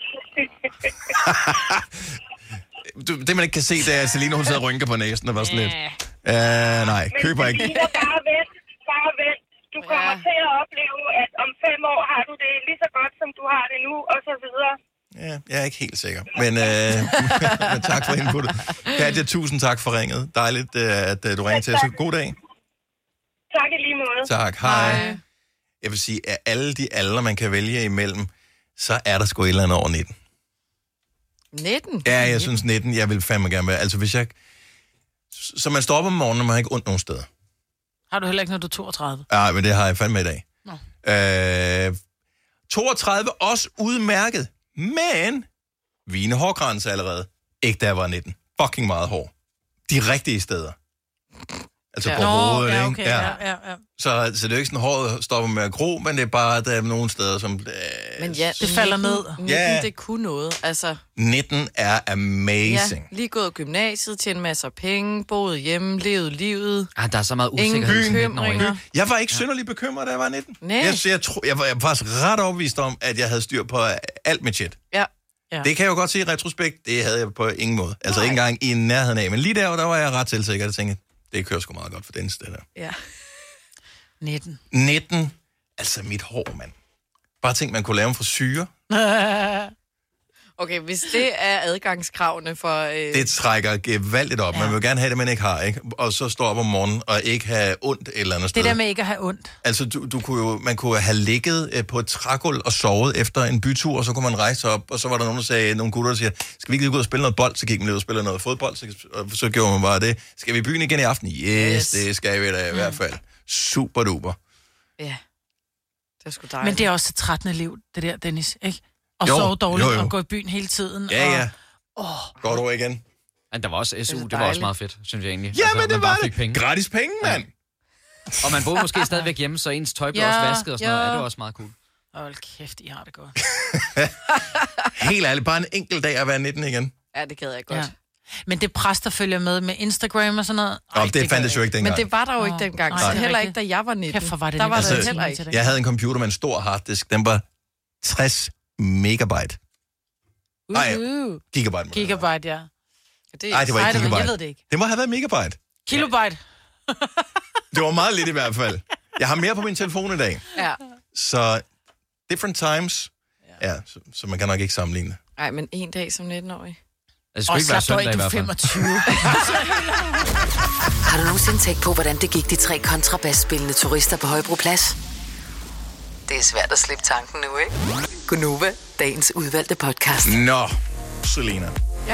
Speaker 1: du, det man ikke kan se, det er, at Selina, hun sidder og rynker på næsen og var sådan lidt. Uh, nej, køber ikke.
Speaker 12: Men bare vent, bare vent. Du kommer ja. til at opleve, at om fem år har du det lige så godt, som du har det nu, og så videre.
Speaker 1: Ja, jeg er ikke helt sikker. Men, øh, men tak for inputtet. Katja, tusind tak for ringet. Dejligt, at du ringer til os. God dag.
Speaker 12: Tak i lige måde.
Speaker 1: Tak, hej. hej. Jeg vil sige, at alle de aldre, man kan vælge imellem, så er der sgu et eller andet over nitten.
Speaker 3: nitten?
Speaker 1: Ja, jeg synes nitten, jeg vil fandme gerne være. Altså, hvis jeg... Så man står op om morgenen, og man har ikke ondt nogen steder.
Speaker 2: Har du heller ikke, når du er toogtredive?
Speaker 1: Nej, men det har jeg fandme i dag.
Speaker 2: Nå.
Speaker 1: Øh, toogtredive, også udmærket. Men Vine hårgrænse allerede. Ikke da jeg var nitten. Fucking meget hår. De rigtige steder. Altså ja. på hovedet,
Speaker 2: ja,
Speaker 1: ikke?
Speaker 2: Okay, ja. Ja, ja, ja.
Speaker 1: Så, så det er jo ikke sådan, håret stopper med at gro, men det er bare, at der er nogle steder, som... Øh,
Speaker 3: men ja,
Speaker 2: det falder ned.
Speaker 3: nitten, ja. Det kunne noget, altså...
Speaker 1: nitten er amazing.
Speaker 3: Ja, lige gået gymnasiet, tjent masser af penge, boet hjemme, levet livet.
Speaker 4: Ah, der er så meget usikkerhed.
Speaker 1: Jeg var ikke synderligt bekymret, da jeg var nitten.
Speaker 3: Nej.
Speaker 1: Jeg, jeg, tro, jeg, var, jeg var faktisk ret overbevist om, at jeg havde styr på alt mit shit.
Speaker 3: Ja. Ja.
Speaker 1: Det kan jeg jo godt sige i retrospekt, det havde jeg på ingen måde. Altså ikke engang i nærheden af. Men lige der, der var jeg ret tilsikker, jeg tænkte, det kører sgu meget godt for den sted der.
Speaker 3: Ja.
Speaker 2: nitten.
Speaker 1: nitten. Altså mit hår, mand. Bare tænk, man kunne lave en frisyre.
Speaker 3: Okay, hvis det er adgangskravene for... Øh...
Speaker 1: Det trækker gevaldigt op. Ja. Man vil gerne have det, man ikke har, ikke? Og så står op om morgenen og ikke have ondt et eller andet sted.
Speaker 2: Det der med ikke at have ondt.
Speaker 1: Altså, du, du kunne jo, man kunne have ligget øh, på et trægulv og sovet efter en bytur, og så kunne man rejse op, og så var der nogen, der sagde, nogle gutter, der siger, skal vi ikke lige gå ud og spille noget bold? Så gik man lige ud og spille noget fodbold, så, og så gjorde man bare det. Skal vi i byen igen i aften? Yes, yes. Det skal vi da i mm. hvert fald. Super duper.
Speaker 3: Ja, det er sgu dejligt.
Speaker 2: Men det er også et trættende liv, det der, Dennis, ikke? Og
Speaker 1: jo,
Speaker 2: sove dårligt
Speaker 1: jo, jo.
Speaker 2: og gå i byen hele tiden.
Speaker 1: Ja, ja.
Speaker 2: Og... Oh.
Speaker 1: Godt ord igen.
Speaker 4: Men der var også S U, det, det var også meget fedt, synes jeg egentlig.
Speaker 1: Ja,
Speaker 4: altså,
Speaker 1: men det var det. Penge. Gratis penge, mand.
Speaker 4: Ja. Og man boede måske stadigvæk hjemme, så ens tøj blev ja, også vasket og sådan ja. noget. Ja, det var også meget cool.
Speaker 2: Hold kæft, I har det godt.
Speaker 1: Helt ærligt, bare en enkelt dag at være nitten igen.
Speaker 3: Ja, det gad jeg godt. Ja.
Speaker 2: Men det pres, der følger med med Instagram og sådan noget...
Speaker 1: Ej, det, det fandtes jo ikke dengang.
Speaker 3: Men det var der jo ikke dengang, så heller ikke, da jeg var nitten.
Speaker 2: Kæft, var det
Speaker 3: der var
Speaker 1: altså,
Speaker 3: det heller ikke.
Speaker 1: Jeg havde en computer med en stor harddisk, den var tres megabyte. Nej,
Speaker 2: uh-huh.
Speaker 1: gigabyte.
Speaker 2: Gigabyte, ja.
Speaker 1: Det... Nej, det var ikke
Speaker 2: Ej,
Speaker 1: gigabyte.
Speaker 2: Jeg ved det ikke.
Speaker 1: Det må have været megabyte.
Speaker 2: Kilobyte.
Speaker 1: Det var meget lidt i hvert fald. Jeg har mere på min telefon i dag.
Speaker 3: Ja.
Speaker 1: Så different times. Ja, så, så man kan nok ikke sammenligne.
Speaker 3: Nej, men en dag som nitten-årig.
Speaker 4: Det skulle ikke være søndag i hvert fald.
Speaker 2: femogtyve.
Speaker 5: Har du nogensinde tænkt på, hvordan det gik de tre kontrabasspillende turister på Højbroplads? Det er svært at slippe tanken nu, ikke? Gunova, dagens udvalgte podcast.
Speaker 1: Nå, Selina.
Speaker 3: Ja.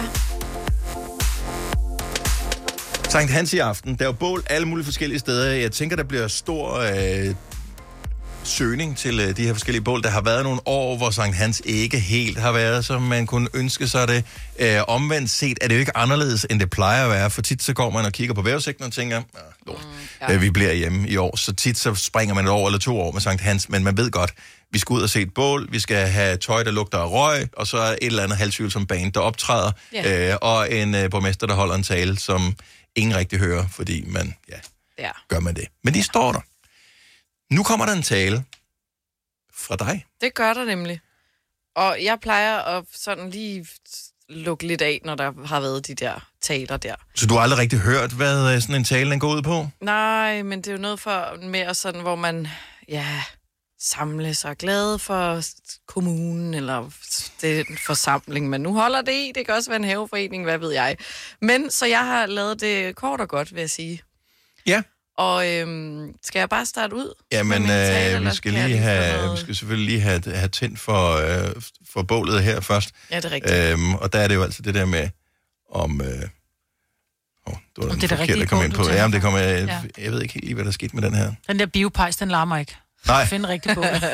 Speaker 1: Sankt Hans i aften. Der er jo bål alle mulige forskellige steder. Jeg tænker, der bliver stor øh, søgning til øh, de her forskellige bål. Der har været nogle år, hvor Sankt Hans ikke helt har været, som man kunne ønske sig det. Øh, omvendt set er det jo ikke anderledes, end det plejer at være. For tit så går man og kigger på vejrudsigten og tænker, ah, lort, mm, ja. øh, vi bliver hjemme i år. Så tit så springer man et år eller to år med Sankt Hans, men man ved godt, vi skal ud og se et bål, vi skal have tøj, der lugter af røg, og så et eller andet halvtvivlsom band, der optræder, yeah. øh, og en øh, borgmester, der holder en tale, som ingen rigtig hører, fordi man, ja,
Speaker 3: ja.
Speaker 1: gør man det. Men de står der. Nu kommer der en tale fra dig.
Speaker 3: Det gør der nemlig. Og jeg plejer at sådan lige lukke lidt af, når der har været de der taler der.
Speaker 1: Så du har aldrig rigtig hørt, hvad sådan en tale den går ud på?
Speaker 3: Nej, men det er jo noget for mere sådan, hvor man, ja, samle sig glad for kommunen, eller den forsamling, man nu holder det i. Det kan også være en haveforening, hvad ved jeg. Men, så jeg har lavet det kort og godt, vil jeg sige.
Speaker 1: Ja.
Speaker 3: Og øhm, skal jeg bare starte ud?
Speaker 1: Jamen, øh, vi skal lige have, vi skal selvfølgelig lige have, have tændt for, øh, for bålet her først.
Speaker 3: Ja, det er rigtigt.
Speaker 1: Øhm, og der er det jo altså det der med, om... Øh, Oh, det var den
Speaker 2: det er
Speaker 1: forkerte, der kom ind på. Ja, men det kom, jeg, ja. jeg ved ikke helt lige, hvad der skete med den her.
Speaker 2: Den der biopejs, den larmer ikke.
Speaker 1: Nej.
Speaker 2: Find rigtig på det.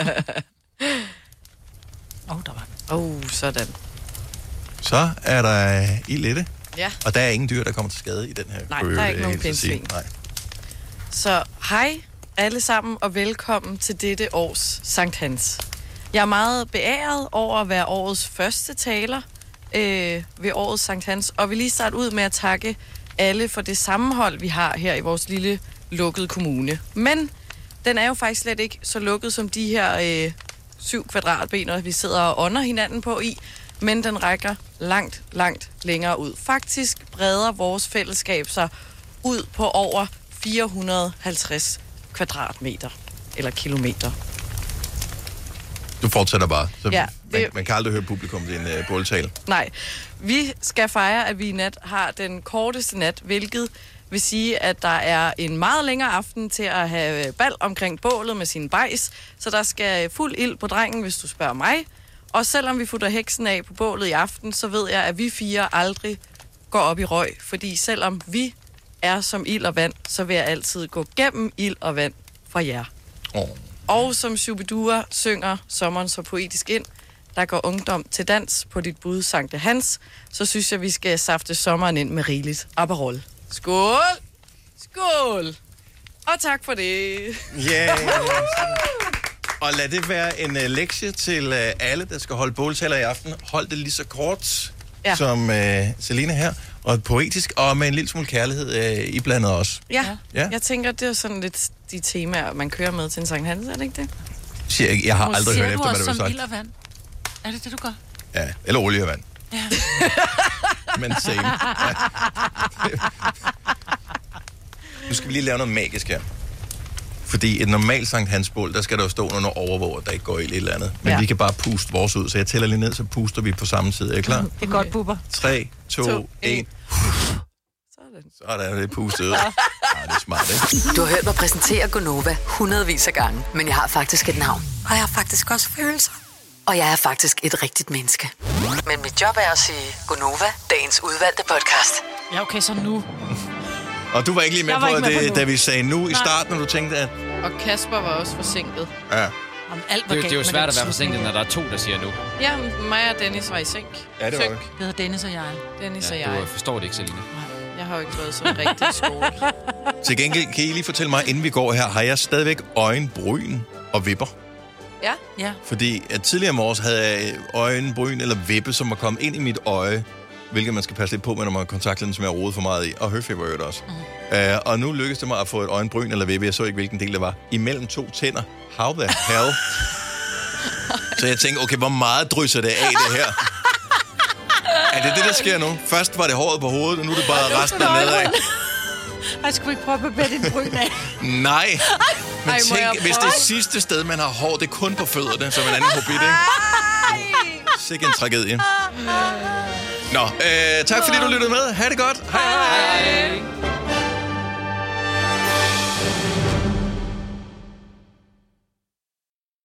Speaker 2: Åh, oh, der var den.
Speaker 3: Åh, oh, sådan.
Speaker 1: Så er der ild i det.
Speaker 3: Ja.
Speaker 1: Og der er ingen dyr, der kommer til skade i den her
Speaker 3: Nej,
Speaker 1: prøve.
Speaker 3: der er ikke nogen pindsvin.
Speaker 1: Nej.
Speaker 3: Så hej alle sammen, og velkommen til dette års Sankt Hans. Jeg er meget beæret over at være årets første taler øh, ved årets Sankt Hans, og vil lige starte ud med at takke alle for det sammenhold, vi har her i vores lille lukkede kommune. Men den er jo faktisk slet ikke så lukket som de her øh, syv kvadratbener, vi sidder og ånder hinanden på i, men den rækker langt, langt længere ud. Faktisk breder vores fællesskab sig ud på over fire hundrede og halvtreds kvadratmeter, eller kilometer.
Speaker 1: Du fortsætter bare. Så
Speaker 3: ja, det...
Speaker 1: man, man kan aldrig høre publikum til en uh, båltale.
Speaker 3: Nej. Vi skal fejre, at vi i nat har den korteste nat, hvilket vil sige, at der er en meget længere aften til at have bal omkring bålet med sin bajs, så der skal fuld ild på drengen, hvis du spørger mig. Og selvom vi futter heksen af på bålet i aften, så ved jeg, at vi fire aldrig går op i røg, fordi selvom vi er som ild og vand, så vil jeg altid gå gennem ild og vand fra jer.
Speaker 1: Oh.
Speaker 3: Og som Shubidua synger sommeren så poetisk ind, der går ungdom til dans på dit bud, Sankt Hans, så synes jeg, vi skal safte sommeren ind med rigeligt Aperol. Skål! Skål! Og tak for det.
Speaker 1: Yeah. Og lad det være en uh, lektie til uh, alle, der skal holde båltaler i aften. Hold det lige så kort ja. som uh, Selina her, og poetisk, og med en lille smule kærlighed uh, iblandet også.
Speaker 3: Ja.
Speaker 1: ja,
Speaker 3: jeg tænker, det er sådan lidt de temaer, man kører med til en Sankt Hans, er det ikke det?
Speaker 1: Siger jeg, jeg har Hvor aldrig hørt efter, hvad det vil
Speaker 2: sagt.
Speaker 1: Ild
Speaker 2: og vand? Er det det, du gør?
Speaker 1: Ja, eller olie og vand.
Speaker 2: Ja.
Speaker 1: Men same. Ja. Nu skal vi lige lave noget magisk her. Fordi et normalt Sankt Hans bål, der skal der jo stå nogle overvåger, der ikke går i et eller andet. Men ja. vi kan bare puste vores ud, så jeg tæller lige ned, så puster vi på samme tid. Er I klar?
Speaker 2: Det er godt, Bubber.
Speaker 1: tre, to, et. Sådan er det pustet ud. Ja, det er smart, ikke?
Speaker 5: Du har hørt mig præsentere Gonova hundredvis af gange, men jeg har faktisk et navn. Og jeg har faktisk også følelser. Og jeg er faktisk et rigtigt menneske. Men mit job er at sige Gonova, dagens udvalgte podcast.
Speaker 2: Ja, okay, så nu.
Speaker 1: Og du var ikke lige med på
Speaker 2: med
Speaker 1: det,
Speaker 2: på
Speaker 1: da vi sagde nu i
Speaker 2: Nej.
Speaker 1: starten, når du tænkte, at...
Speaker 3: Og Kasper var også forsinket.
Speaker 1: Ja.
Speaker 2: Om alt var
Speaker 4: det, det er jo svært at være forsinket, når der er to, der siger nu.
Speaker 3: Ja, mig og Dennis var i sænk.
Speaker 1: Ja, det var
Speaker 2: det. Det hedder Dennis og jeg.
Speaker 3: Dennis
Speaker 4: ja,
Speaker 3: og jeg.
Speaker 4: Du forstår det ikke, Selina.
Speaker 3: Jeg har jo ikke gået sådan rigtig i skole.
Speaker 1: Til gengæld, kan I lige fortælle mig, inden vi går her, har jeg stadigvæk øjenbryn og vipper?
Speaker 3: Ja.
Speaker 2: ja.
Speaker 1: Fordi at tidligere morges havde jeg øjenbryn eller vippe, som var kommet ind i mit øje, hvilket man skal passe lidt på med, når man har kontaktlinsen, som jeg har rodet for meget i, og høfeber jo det også. Mm. Uh, og nu lykkedes det mig at få et øjenbryn eller vippe, jeg så ikke, hvilken del det var, imellem to tænder. How the hell? Så jeg tænkte, okay, hvor meget drysser det af det her? Er det det, der sker nu? Først var det håret på hovedet, og nu er det bare resten af nedad.
Speaker 2: Jeg skulle ikke prøve at barbere din bryn af.
Speaker 1: Nej. Men
Speaker 3: Ej,
Speaker 1: tænk, hvis det sidste sted, man har hår, det er kun på fødderne, som en anden hobbit, ikke? Sikke en tragedie. Nå, øh, tak fordi du lyttede med. Ha' det godt. Hej hej.